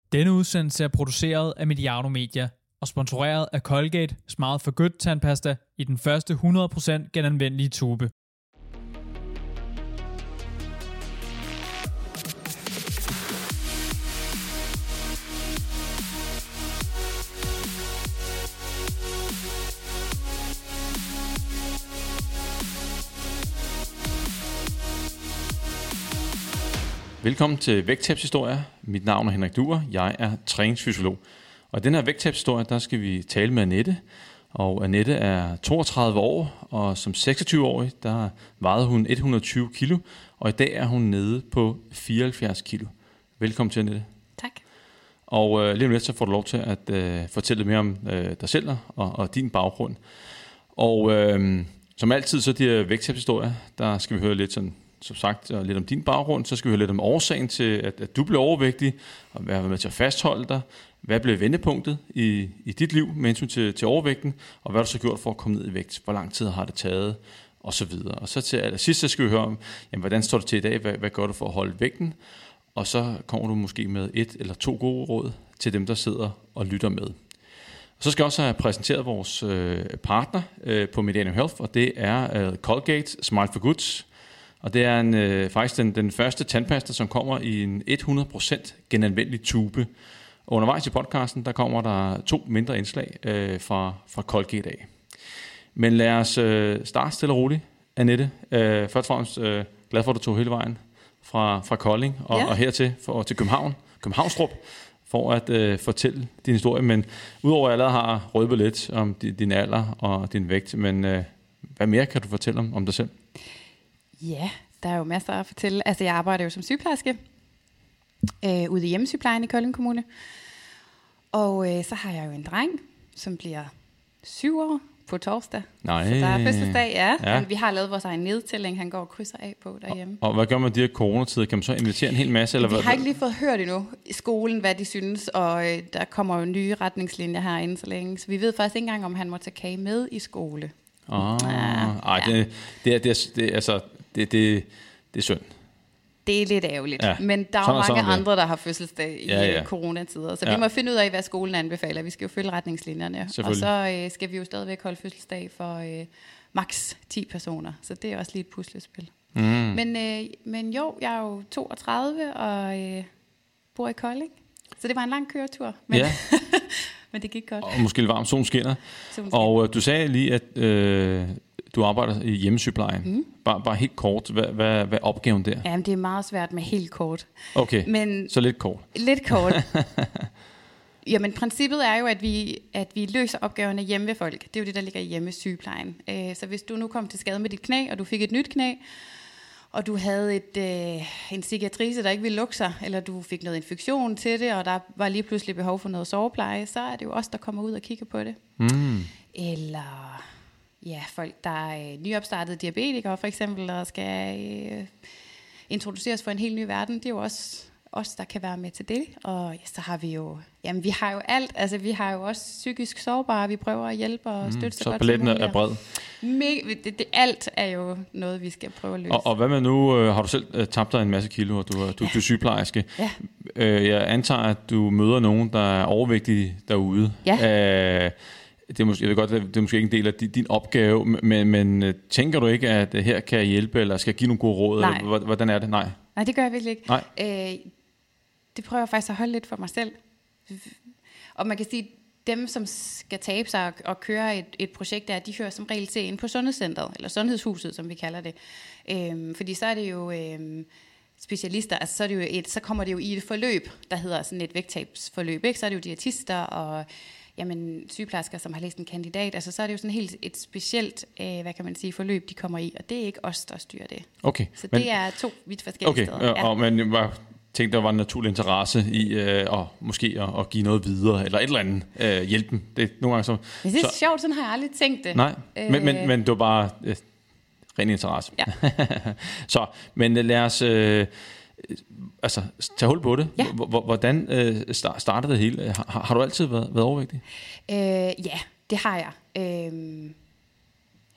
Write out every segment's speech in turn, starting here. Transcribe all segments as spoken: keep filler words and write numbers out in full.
Denne udsendelse er produceret af Mediano Media og sponsoreret af Colgate Smart for Good tandpasta i den første hundrede procent genanvendelige tube. Velkommen til Vægttabshistorier. Mit navn er Henrik Duer. Jeg er træningsfysiolog. Og i den her vægttabshistorie, der skal vi tale med Annette. Og Annette er toogtredive år, og som seksogtyve-årig, der vejede hun et hundrede og tyve kilo, og i dag er hun nede på fireoghalvfjerds kilo. Velkommen til, Annette. Tak. Og øh, lige om lidt, så får du lov til at øh, fortælle mere om øh, dig selv og, og din baggrund. Og øh, som altid, så de her vægttabshistorier, der skal vi høre lidt sådan, som sagt, lidt om din baggrund. Så skal vi høre lidt om årsagen til, at, at du blev overvægtig, og hvad har været med til at fastholde dig. Hvad blev vendepunktet i, i dit liv med hensyn til, til overvægten, og hvad har du så gjort for at komme ned i vægt? Hvor lang tid har det taget? Og så videre. Og så til allersidst, så skal vi høre om, jamen, hvordan står det til i dag? Hvad, hvad gør du for at holde vægten? Og så kommer du måske med et eller to gode råd til dem, der sidder og lytter med. Og så skal jeg også have præsenteret vores øh, partner øh, på Mediano Health, og det er øh, Colgate Smart for Good. Og det er en, øh, faktisk den, den første tandpasta, som kommer i en hundrede procent genanvendelig tube. Og undervejs i podcasten, der kommer der to mindre indslag øh, fra, fra Colgate af. Men lad os øh, starte stille og roligt, Annette. Øh, først og fremmest øh, glad for, at du tog hele vejen fra, fra Kolding og, ja. og hertil for, til København, Københavnstrup, for at øh, fortælle din historie. Men udover at jeg allerede har røbet lidt om din, din alder og din vægt, men øh, hvad mere kan du fortælle om, om dig selv? Ja, der er jo masser at fortælle. Altså, jeg arbejder jo som sygeplejerske øh, ude i hjemmesygeplejen i Kolding Kommune. Og øh, så har jeg jo en dreng, som bliver syv år på torsdag. Nej. Så der er fødselsdag, ja. ja. Men vi har lavet vores egen nedtælling, han går og krydser af på derhjemme. Og, og hvad gør man de her coronatider? Kan man så invitere en hel masse? Eller vi hvad? har ikke lige fået hørt endnu i skolen, hvad de synes, og øh, der kommer jo nye retningslinjer herinde så længe. Så vi ved faktisk ikke engang, om han må tage kage med i skole. Ah, ja, ej, ja. det, det, er, det, er, det, er, altså, det, det, det er synd. Det er lidt ærgerligt, ja. Men der er jo mange sådan, andre, der har fødselsdag i ja, ja. coronatider. Så ja. vi må finde ud af, hvad skolen anbefaler. Vi skal jo følge retningslinjerne. Og så øh, skal vi jo stadigvæk holde fødselsdag for øh, maks ti personer. Så det er også lige et puslespil. Mm. Men, øh, men jo, jeg er jo toogtredive og øh, bor i Kolding. Så det var en lang køretur. Men, ja. men det gik godt. Og måske lidt varmt, solen skinner. Og øh, du sagde lige, at øh, du arbejder i hjemmesygeplejen. Mm. Bare, bare helt kort. Hvad, hvad, hvad er opgaven der? Jamen, det er meget svært med helt kort. Okay, men så lidt kort. Lidt kort. Jamen, princippet er jo, at vi, at vi løser opgaverne hjemme ved folk. Det er jo det, der ligger i hjemmesygeplejen. Øh, så hvis du nu kom til skade med dit knæ, og du fik et nyt knæ, og du havde et, øh, en psykiatrise, der ikke ville lukke sig, eller du fik noget infektion til det, og der var lige pludselig behov for noget sovepleje, så er det jo os, der kommer ud og kigger på det. Mm. Eller ja, folk, der er nyopstartede diabetikere for eksempel, og skal øh, introduceres for en helt ny verden, det er jo også os, der kan være med til det. Og ja, så har vi jo, jamen vi har jo alt, altså vi har jo også psykisk sårbare, vi prøver at hjælpe og støtte mm, så, så godt. Så paletten er bred. Me- det, det, alt er jo noget, vi skal prøve at løse. Og, og hvad med nu, øh, har du selv øh, tabt dig en masse kilo, og du, du, ja. du er sygeplejerske. Ja. Øh, jeg antager, at du møder nogen, der er overvægtige derude. Ja. Øh, det er måske, jeg ved godt, det er måske ikke en del af din, din opgave, men, men tænker du ikke, at her kan jeg hjælpe, eller skal jeg give nogle gode råd? Nej. Eller, hvordan er det? Nej. Nej, det gør jeg virkelig ikke. Nej. Øh, det prøver jeg faktisk at holde lidt for mig selv. Og man kan sige, dem, som skal tabe sig og, og køre et, et projekt der, de hører som regel til ind på sundhedscentret, eller sundhedshuset, som vi kalder det. Øhm, fordi så er det jo øhm, specialister, altså så, er det jo et, så kommer det jo i et forløb, der hedder sådan et vægttabsforløb, ikke? Så er det jo diætister og jamen, sygeplejersker, som har læst en kandidat, altså så er det jo sådan helt et specielt, øh, hvad kan man sige, forløb, de kommer i, og det er ikke os, der styrer det. Okay. Så men, det er to vidt forskellige okay, steder. Okay, og men jeg tænkte, der var en naturlig interesse i øh, og måske at, at give noget videre, eller et eller andet øh, hjælpen. Det er nogle gange så. Men det er så, sjovt, sådan har jeg aldrig tænkt det. Nej, øh, men, men, men det var bare øh, ren interesse. Ja. Så, men lad os øh, altså tage hul på det. Ja. Hvordan øh, startede det hele? Har, har du altid været, været overvægtig? Øh, ja, det har jeg. Øh,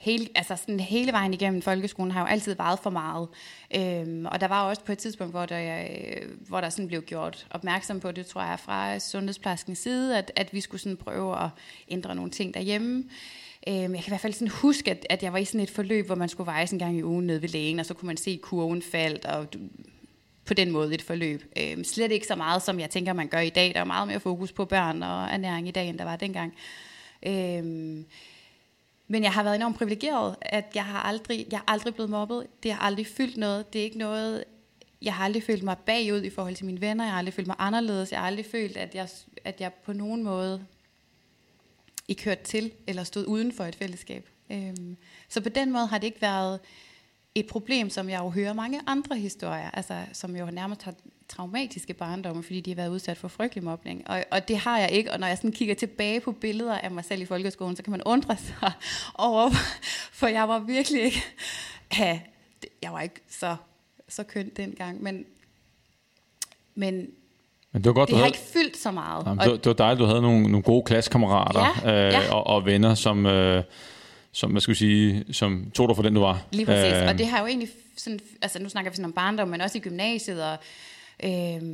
hele, altså sådan hele vejen igennem folkeskolen har jo altid været for meget. Øhm, og der var også på et tidspunkt, hvor der, hvor der sådan blev gjort opmærksom på det, tror jeg, fra sundhedsplejerskens side, at, at vi skulle sådan prøve at ændre nogle ting derhjemme. Øhm, jeg kan i hvert fald sådan huske, at, at jeg var i sådan et forløb, hvor man skulle vejes en gang i ugen nede ved lægen, og så kunne man se kurven faldt, og på den måde et forløb. Øhm, slet ikke så meget, som jeg tænker, man gør i dag. Der er meget mere fokus på børn og ernæring i dag, end der var dengang. Øhm, men jeg har været enormt privilegeret, at jeg har aldrig, jeg har aldrig blevet mobbet. Det har aldrig fyldt noget. Det er ikke noget, jeg har aldrig følt mig bagud i forhold til mine venner. Jeg har aldrig følt mig anderledes. Jeg har aldrig følt, at jeg, at jeg på nogen måde ikke hørt til, eller stod uden for et fællesskab. Øhm, så på den måde har det ikke været et problem, som jeg jo hører mange andre historier, altså som jo nærmest har traumatiske barndomme, fordi de har været udsat for frygtelig mobning. Og, og det har jeg ikke, og når jeg sådan kigger tilbage på billeder af mig selv i folkeskolen, så kan man undre sig over, for jeg var virkelig ikke, ja, jeg var ikke så, så køn dengang, men, men, men det, var godt, det har havde, ikke fyldt så meget. Jamen, det, det var dejligt, du havde nogle, nogle gode klassekammerater ja, øh, ja. Og, og venner, som... Øh, som, hvad skal jeg sige, som tog dig for den, du var. Lige præcis, øh, og det har jo egentlig sådan, altså nu snakker vi sådan om barndom, men også i gymnasiet, og øh,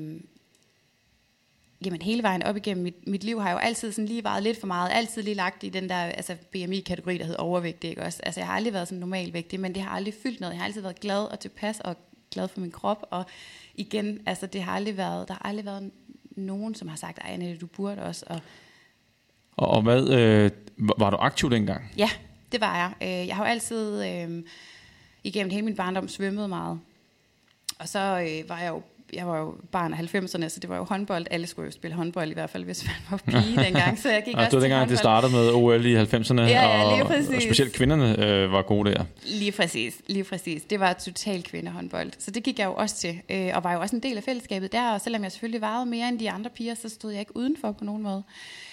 jamen hele vejen op igennem mit, mit liv har jo altid sådan lige varet lidt for meget, altid lige lagt i den der altså B M I-kategori, der hed overvægt, ikke også? Altså jeg har aldrig været sådan normalvægtig, men det har aldrig fyldt noget. Jeg har altid været glad og tilpas og glad for min krop, og igen, altså det har aldrig været, der har aldrig været nogen, som har sagt, ej Annette, du burde også. Og, og, og hvad, øh, var du aktiv dengang? Ja, det var jeg. Jeg har jo altid øh, igennem hele min barndom svømmet meget. Og så øh, var jeg jo, jeg var jo barn af halvfemserne, så det var jo håndbold. Alle skulle jo spille håndbold, i hvert fald hvis man var pige dengang. Så jeg gik ja, også det var dengang, håndbold. det startede med O L i halvfemserne, ja, ja, og, og specielt kvinderne øh, var gode der. Lige præcis, lige præcis. Det var totalt kvindehåndbold. Så det gik jeg jo også til, øh, og var jo også en del af fællesskabet der. Og selvom jeg selvfølgelig varede mere end de andre piger, så stod jeg ikke udenfor på nogen måde.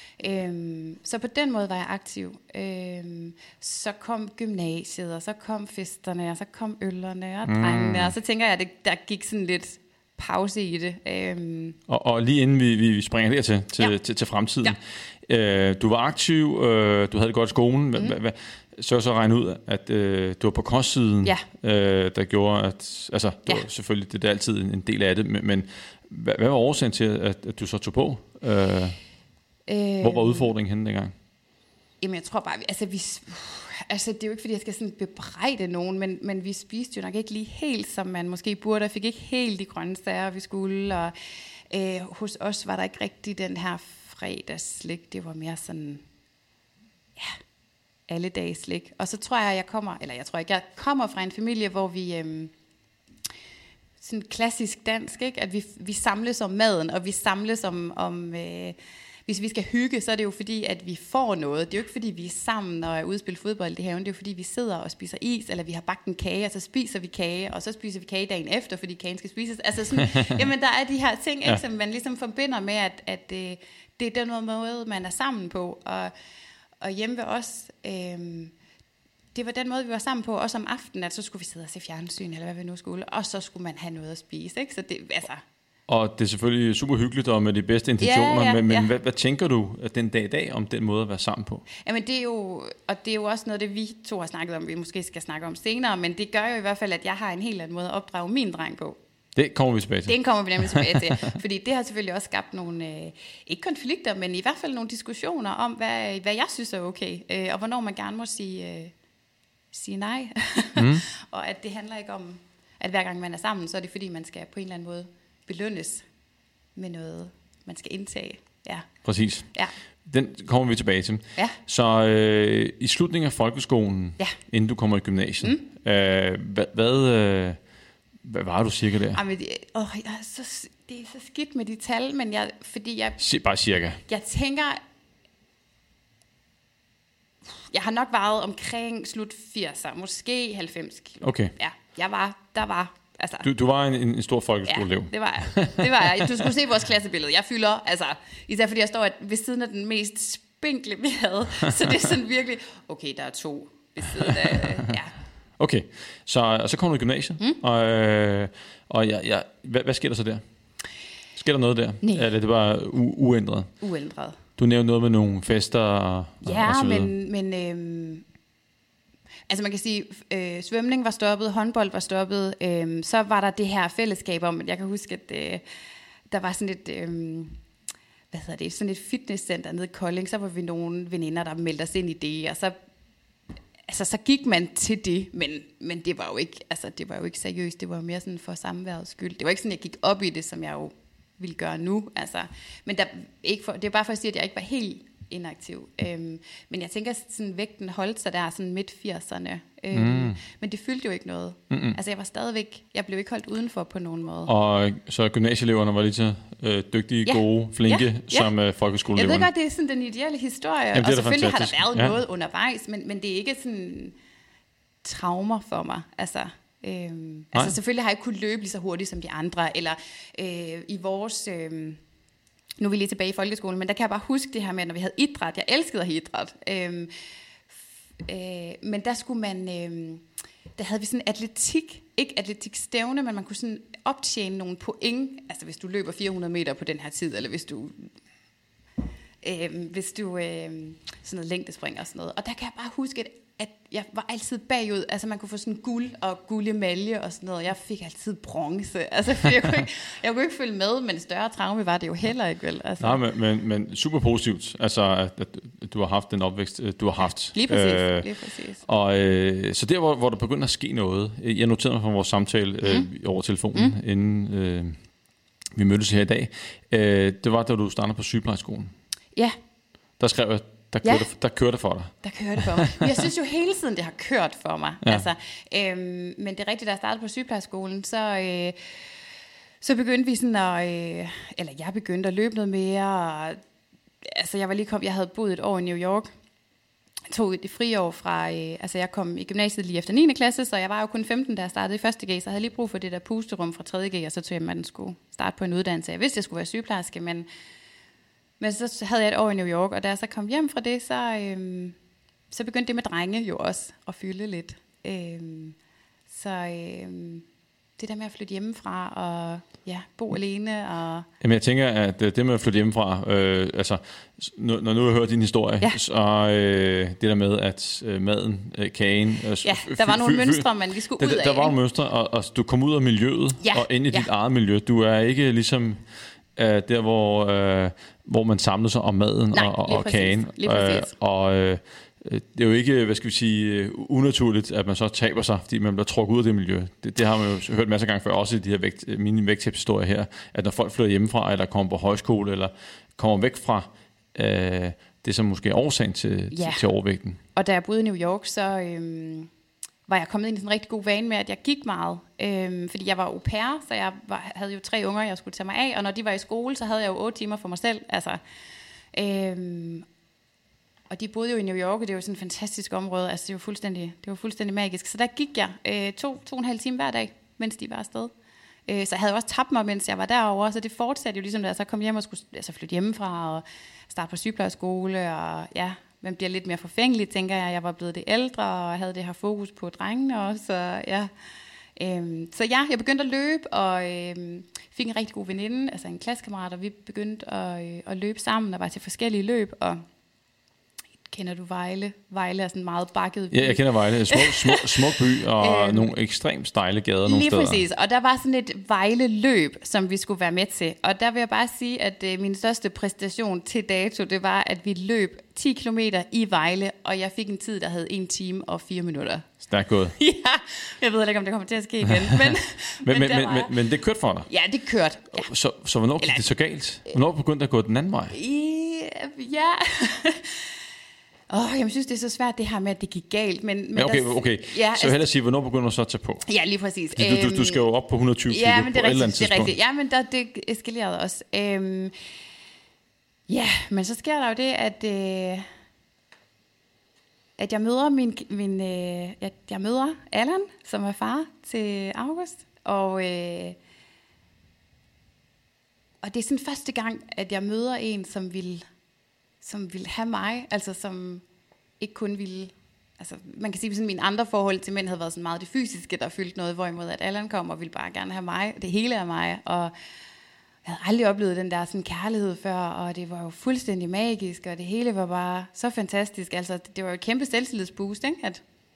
Øhm, så på den måde var jeg aktiv. Øhm, så kom gymnasiet, og så kom festerne, og så kom øllerne og drengene, mm. og så tænker jeg, at det, der gik sådan lidt pause i det. Øhm. Og, og lige inden vi, vi springer dertil til, ja. til, til fremtiden. Ja. Øh, du var aktiv, øh, du havde det godt i skolen. Hva, mm. hva, så så regne ud, at øh, du var på kostsiden, ja. øh, der gjorde, at altså, det ja. var selvfølgelig det er altid en del af det, men, men hvad, hvad var årsagen til, at, at du så tog på? Øh, Hvor var udfordringen henne dengang? Jamen jeg tror bare, altså, vi, altså det er jo ikke fordi jeg skal sådan bebrejde nogen, men, men vi spiste jo nok ikke lige helt som man måske burde, og fik ikke helt de grønne sager vi skulle, og øh, hos os var der ikke rigtig den her fredagsslik, det var mere sådan, ja, alle dages slik. Og så tror jeg, jeg kommer, eller jeg tror ikke, jeg kommer fra en familie, hvor vi... Øh, sådan klassisk dansk, ikke? At vi, vi samles om maden, og vi samles om... om øh, hvis vi skal hygge, så er det jo fordi, at vi får noget. Det er jo ikke fordi, vi er sammen og er ude og spille fodbold i haven. Det er jo fordi, vi sidder og spiser is, eller vi har bagt en kage, og så spiser vi kage, og så spiser vi kage dagen efter, fordi kagen skal spises. Altså sådan, jamen der er de her ting, ikke, ja. Som man ligesom forbinder med, at, at øh, det er den måde, man er sammen på. Og, og hjemme ved os, øh, det var den måde, vi var sammen på, også om aftenen, at så skulle vi sidde og se fjernsyn, eller hvad vi nu skulle, og så skulle man have noget at spise. Ikke? Så det, altså... Og det er selvfølgelig super hyggeligt og med de bedste intentioner, ja, ja, men, men ja. hvad, hvad tænker du at den dag i dag om den måde at være sammen på? Jamen det er jo, og det er jo også noget, det vi to har snakket om, vi måske skal snakke om senere, men det gør jo i hvert fald, at jeg har en helt anden måde at opdrage min dreng på. Det kommer vi tilbage til. Det kommer vi nemlig tilbage til, fordi det har selvfølgelig også skabt nogle, øh, ikke konflikter, men i hvert fald nogle diskussioner om, hvad, hvad jeg synes er okay, øh, og hvornår man gerne må sige, øh, sige nej. Mm. Og at det handler ikke om, at hver gang man er sammen, så er det fordi, man skal på en eller anden måde belønnes med noget, man skal indtage. Ja. Præcis. Ja. Den kommer vi tilbage til. Ja. Så øh, i slutningen af folkeskolen, ja. inden du kommer i gymnasiet, mm. øh, hvad, hvad, øh, hvad var du cirka der? Jamen, det, åh, jeg er så, det er så skidt med de tal, men jeg, fordi jeg... Bare cirka. Jeg tænker... Jeg har nok vejet omkring slut firser, måske halvfems kilo. Okay. Ja, jeg var, der var... Altså, du, du var en, en stor folkeskoleelev. Ja, det var jeg. Det var jeg. Du skulle se vores klassebillede. Jeg fylder, altså, især fordi jeg står ved siden af den mest spinkle, vi havde. Så det er sådan virkelig, okay, der er to ved siden af, ja. Okay, så, og så kommer du i gymnasiet, mm. og, øh, og ja, ja, hvad, hvad sker der så der? Sker der noget der? Nej. Eller er det bare u- uændret? Uændret. Du nævnte noget med nogle fester og, ja, og så videre. men, men øhm, altså man kan sige, øh, svømning var stoppet, håndbold var stoppet, øh, så var der det her fællesskab om, jeg kan huske, at øh, der var sådan et, øh, hvad hedder det, sådan et fitnesscenter nede i Kolding, så var vi nogle veninder, der meldte os ind i det, og så, altså, så gik man til det, men, men det var jo ikke, altså det var jo ikke seriøst, det var jo mere sådan for samværets skyld. Det var ikke sådan, jeg gik op i det, som jeg jo ville gøre nu, altså, men der, ikke for, det er bare for at sige, at jeg ikke var helt inaktiv. Øhm, men jeg tænker, sådan vægten holdt sig der sådan midt firserne. Øhm, mm. Men det fyldte jo ikke noget. Mm-mm. Altså jeg var stadigvæk, jeg blev ikke holdt udenfor på nogen måde. Og så gymnasieeleverne var lige så øh, dygtige, ja. gode, flinke ja. Ja. som øh, folkeskoleeleverne. Jeg ved godt, det er sådan den ideelle historie. Jamen, og selvfølgelig har der været ja. noget undervejs, men, men det er ikke sådan traumer for mig. Altså, øhm, altså selvfølgelig har jeg ikke kunnet løbe lige så hurtigt som de andre, eller øh, i vores... Øh, nu er vi lige tilbage i folkeskolen, men der kan jeg bare huske det her med, når vi havde idræt. Jeg elskede at have idræt. Øhm, øh, men der skulle man, øh, der havde vi sådan atletik, ikke atletikstævne, men man kunne sådan optjene nogle point. Altså hvis du løber fire hundrede meter på den her tid, eller hvis du, øh, hvis du øh, sådan noget længdespring og sådan noget. Og der kan jeg bare huske, at at jeg var altid bagud, altså man kunne få sådan guld og guldmedalje og sådan noget, jeg fik altid bronze, altså jeg kunne ikke, jeg kunne ikke følge med, men større traume var det jo heller ikke, vel? Altså. Nej, men, men, men super positivt, altså at, at du har haft den opvækst, du har haft. Lige præcis, øh, lige præcis. Og øh, så der, hvor, hvor der begynder at ske noget, jeg noterede mig fra vores samtale øh, mm. over telefonen, mm. inden øh, vi mødtes her i dag, øh, det var, da du startede på sygeplejeskolen. Ja. Der skrev jeg, Der kørte, ja. der kørte for dig. Der kørte for mig. Jeg synes jo hele tiden, det har kørt for mig. Ja. Altså, øhm, men det er rigtigt, da jeg startede på sygeplejeskolen, så, øh, så begyndte vi sådan at... Øh, eller jeg begyndte at løbe noget mere. Og, altså, jeg var lige kom, jeg havde boet et år i New York. Jeg tog et friår fra... Øh, altså, jeg kom i gymnasiet lige efter niende klasse, så jeg var jo kun femten, da jeg startede i første G, så jeg havde lige brug for det der pusterum fra tredje G, og så tog jeg, at man skulle starte på en uddannelse. Jeg vidste, jeg skulle være sygeplejerske, men... Men så havde jeg et år i New York, og da jeg så kom hjem fra det, så, øhm, så begyndte det med drenge jo også at fylde lidt. Øhm, så øhm, det der med at flytte hjemmefra og ja, bo alene. Og Jamen jeg tænker, at det med at flytte hjemmefra, øh, altså når, når nu har jeg hørt din historie, ja. så øh, det der med, at øh, maden, øh, kagen... Øh, ja, der var nogle mønstre, man lige skulle der, ud af. Der var nogle mønstre, og, og du kom ud af miljøet, ja. og ind i ja. dit eget miljø. Du er ikke ligesom... Uh, der hvor uh, hvor man samler sig om maden Nej, og, og kagen uh, og uh, det er jo ikke, hvad skal vi sige, unaturligt, at man så taber sig, fordi man bliver trukket ud af det miljø. Det, det har man jo hørt masser af gange før, også i de her vægt, mine vægttabshistorier her, at når folk flytter hjemmefra, eller kommer på højskole, eller kommer væk fra uh, det, som måske er årsagen til, ja. til, til overvægten. Og da jeg boede i New York, så øhm, var jeg kommet ind i sådan en rigtig god vane med, at jeg gik meget. Øhm, fordi jeg var au pair, så jeg var, havde jo tre unger, jeg skulle tage mig af. Og når de var i skole, så havde jeg jo otte timer for mig selv. Altså, øhm, og de boede jo i New York, og det var sådan et fantastisk område. Altså, det var fuldstændig, det var fuldstændig magisk. Så der gik jeg øh, to, to og en halv time hver dag, mens de var afsted. Øh, så jeg havde også tabt mig, mens jeg var derovre. Så det fortsatte jo ligesom, da jeg så kom hjem og skulle altså, flytte hjemmefra og starte på sygeplejerskole. Og ja, man bliver lidt mere forfængelig, tænker jeg. Jeg var blevet det ældre, og jeg havde det her fokus på drengene også. Så ja, øhm, så ja, jeg begyndte at løbe, og øhm, fik en rigtig god veninde, altså en klassekammerat, og vi begyndte at, øh, at løbe sammen, og var til forskellige løb, og kender du Vejle? Vejle er sådan meget bakket by. Ja, jeg kender Vejle. Smuk, smuk, smuk by, og øhm, nogle ekstremt stejle gader nogle lige steder. Lige præcis, og der var sådan et Vejle-løb, som vi skulle være med til. Og der vil jeg bare sige, at øh, min største præstation til dato, det var, at vi løb ti kilometer i Vejle, og jeg fik en tid, der havde en time og fire minutter. Stærkt gået. Ja, jeg ved ikke, om det kommer til at ske igen. Men, men, men, men, men, men, men det kørte for dig? Ja, det kørte. Ja. Så, så hvornår gik det så galt? Hvornår begyndte det at gå den anden vej? Ja... Åh, oh, jeg synes, det er så svært det her med, at det gik galt. Men, men ja, okay, der, okay. Ja, så hellere sige, hvornår begynder du så at tage på? Ja, lige præcis. Du, du, du skal jo op på et hundrede og tyve ja, kilo men det er på et eller andet rigtigt, tidspunkt. Det er rigtigt. Ja, men der, det eskalerede også. Øhm, ja, men så sker der jo det, at, øh, at jeg møder min, min øh, at jeg møder Allan, som er far til August. Og, øh, og det er sådan første gang, at jeg møder en, som vil... som ville have mig, altså som ikke kun ville, altså man kan sige, at mine andre forhold til mænd havde været sådan meget det fysiske, der fyldte noget, hvorimod at Allan kom og ville bare gerne have mig, det hele af mig, og jeg havde aldrig oplevet den der sådan kærlighed før, og det var jo fuldstændig magisk, og det hele var bare så fantastisk, altså det var jo et kæmpe selvtillidsboost, ikke? At,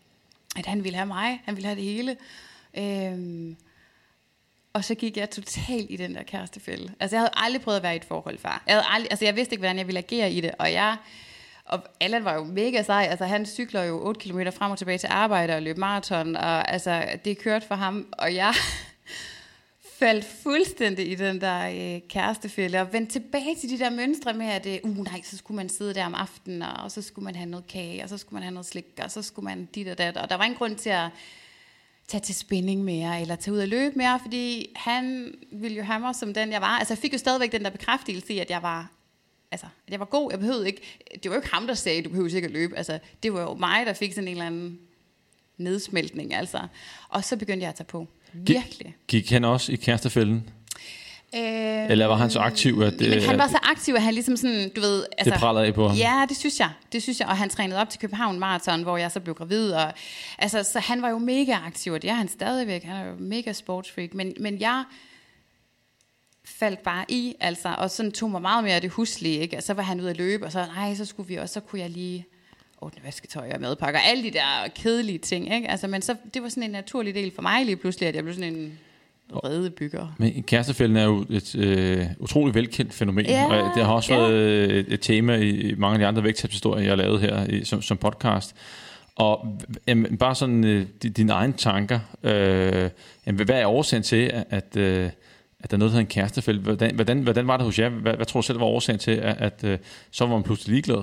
at han ville have mig, han ville have det hele. Øhm, og så gik jeg totalt i den der kærestefælde. Altså jeg havde aldrig prøvet at være i et forhold før. Jeg havde aldrig, altså jeg vidste ikke, hvordan jeg ville agere i det, og jeg... Og Allan var jo mega sej, altså han cykler jo otte kilometer frem og tilbage til arbejde og løb maraton, og altså det kørte for ham, og jeg faldt fuldstændig i den der øh, kærestefælde, og vendte tilbage til de der mønstre med, at øh, uh, nej, så skulle man sidde der om aftenen, og, og så skulle man have noget kage, og så skulle man have noget slik, og så skulle man dit og dat, og der var ingen grund til at tage til spinning mere, eller tage ud og løbe mere, fordi han ville jo have mig som den, jeg var. Altså jeg fik jo stadigvæk den der bekræftelse i, at jeg var Altså, at jeg var god, jeg behøvede ikke, det var jo ikke ham, der sagde, du behøver ikke at løbe, altså, det var jo mig, der fik sådan en eller anden nedsmeltning, altså, og så begyndte jeg at tage på, virkelig. Gik han også i kærestefælden? Øh, Eller var han så aktiv, at... Men han var så aktiv, at han ligesom sådan, du ved... Altså, det prallede af på ham? Ja, det synes jeg, det synes jeg, og han trænede op til København Marathon, hvor jeg så blev gravid, og altså, så han var jo mega aktiv, og det er han stadigvæk, han er jo mega sportsfreak, men, men jeg... faldt bare i, altså, og sådan tog mig meget mere af det huslige, ikke? Og så var han ude at løbe, og så, nej, så skulle vi også, så kunne jeg lige ordne vasketøj og madpakker, alle de der kedelige ting, ikke? Altså, men så, det var sådan en naturlig del for mig lige pludselig, at jeg blev sådan en redebygger. Men kærestefælden er jo et øh, utroligt velkendt fænomen, ja, og det har også ja. været et, et tema i mange af de andre vægttabshistorier, jeg har lavet her i, som, som podcast. Og øh, bare sådan øh, dine egne tanker, øh, hvad er årsagen til, at, at øh, at der er noget, der hedder en kærestefælde. Hvordan, hvordan, hvordan var det hos jer? Hvad, hvad tror du selv var årsagen til, at, at, at så var man pludselig ligeglad?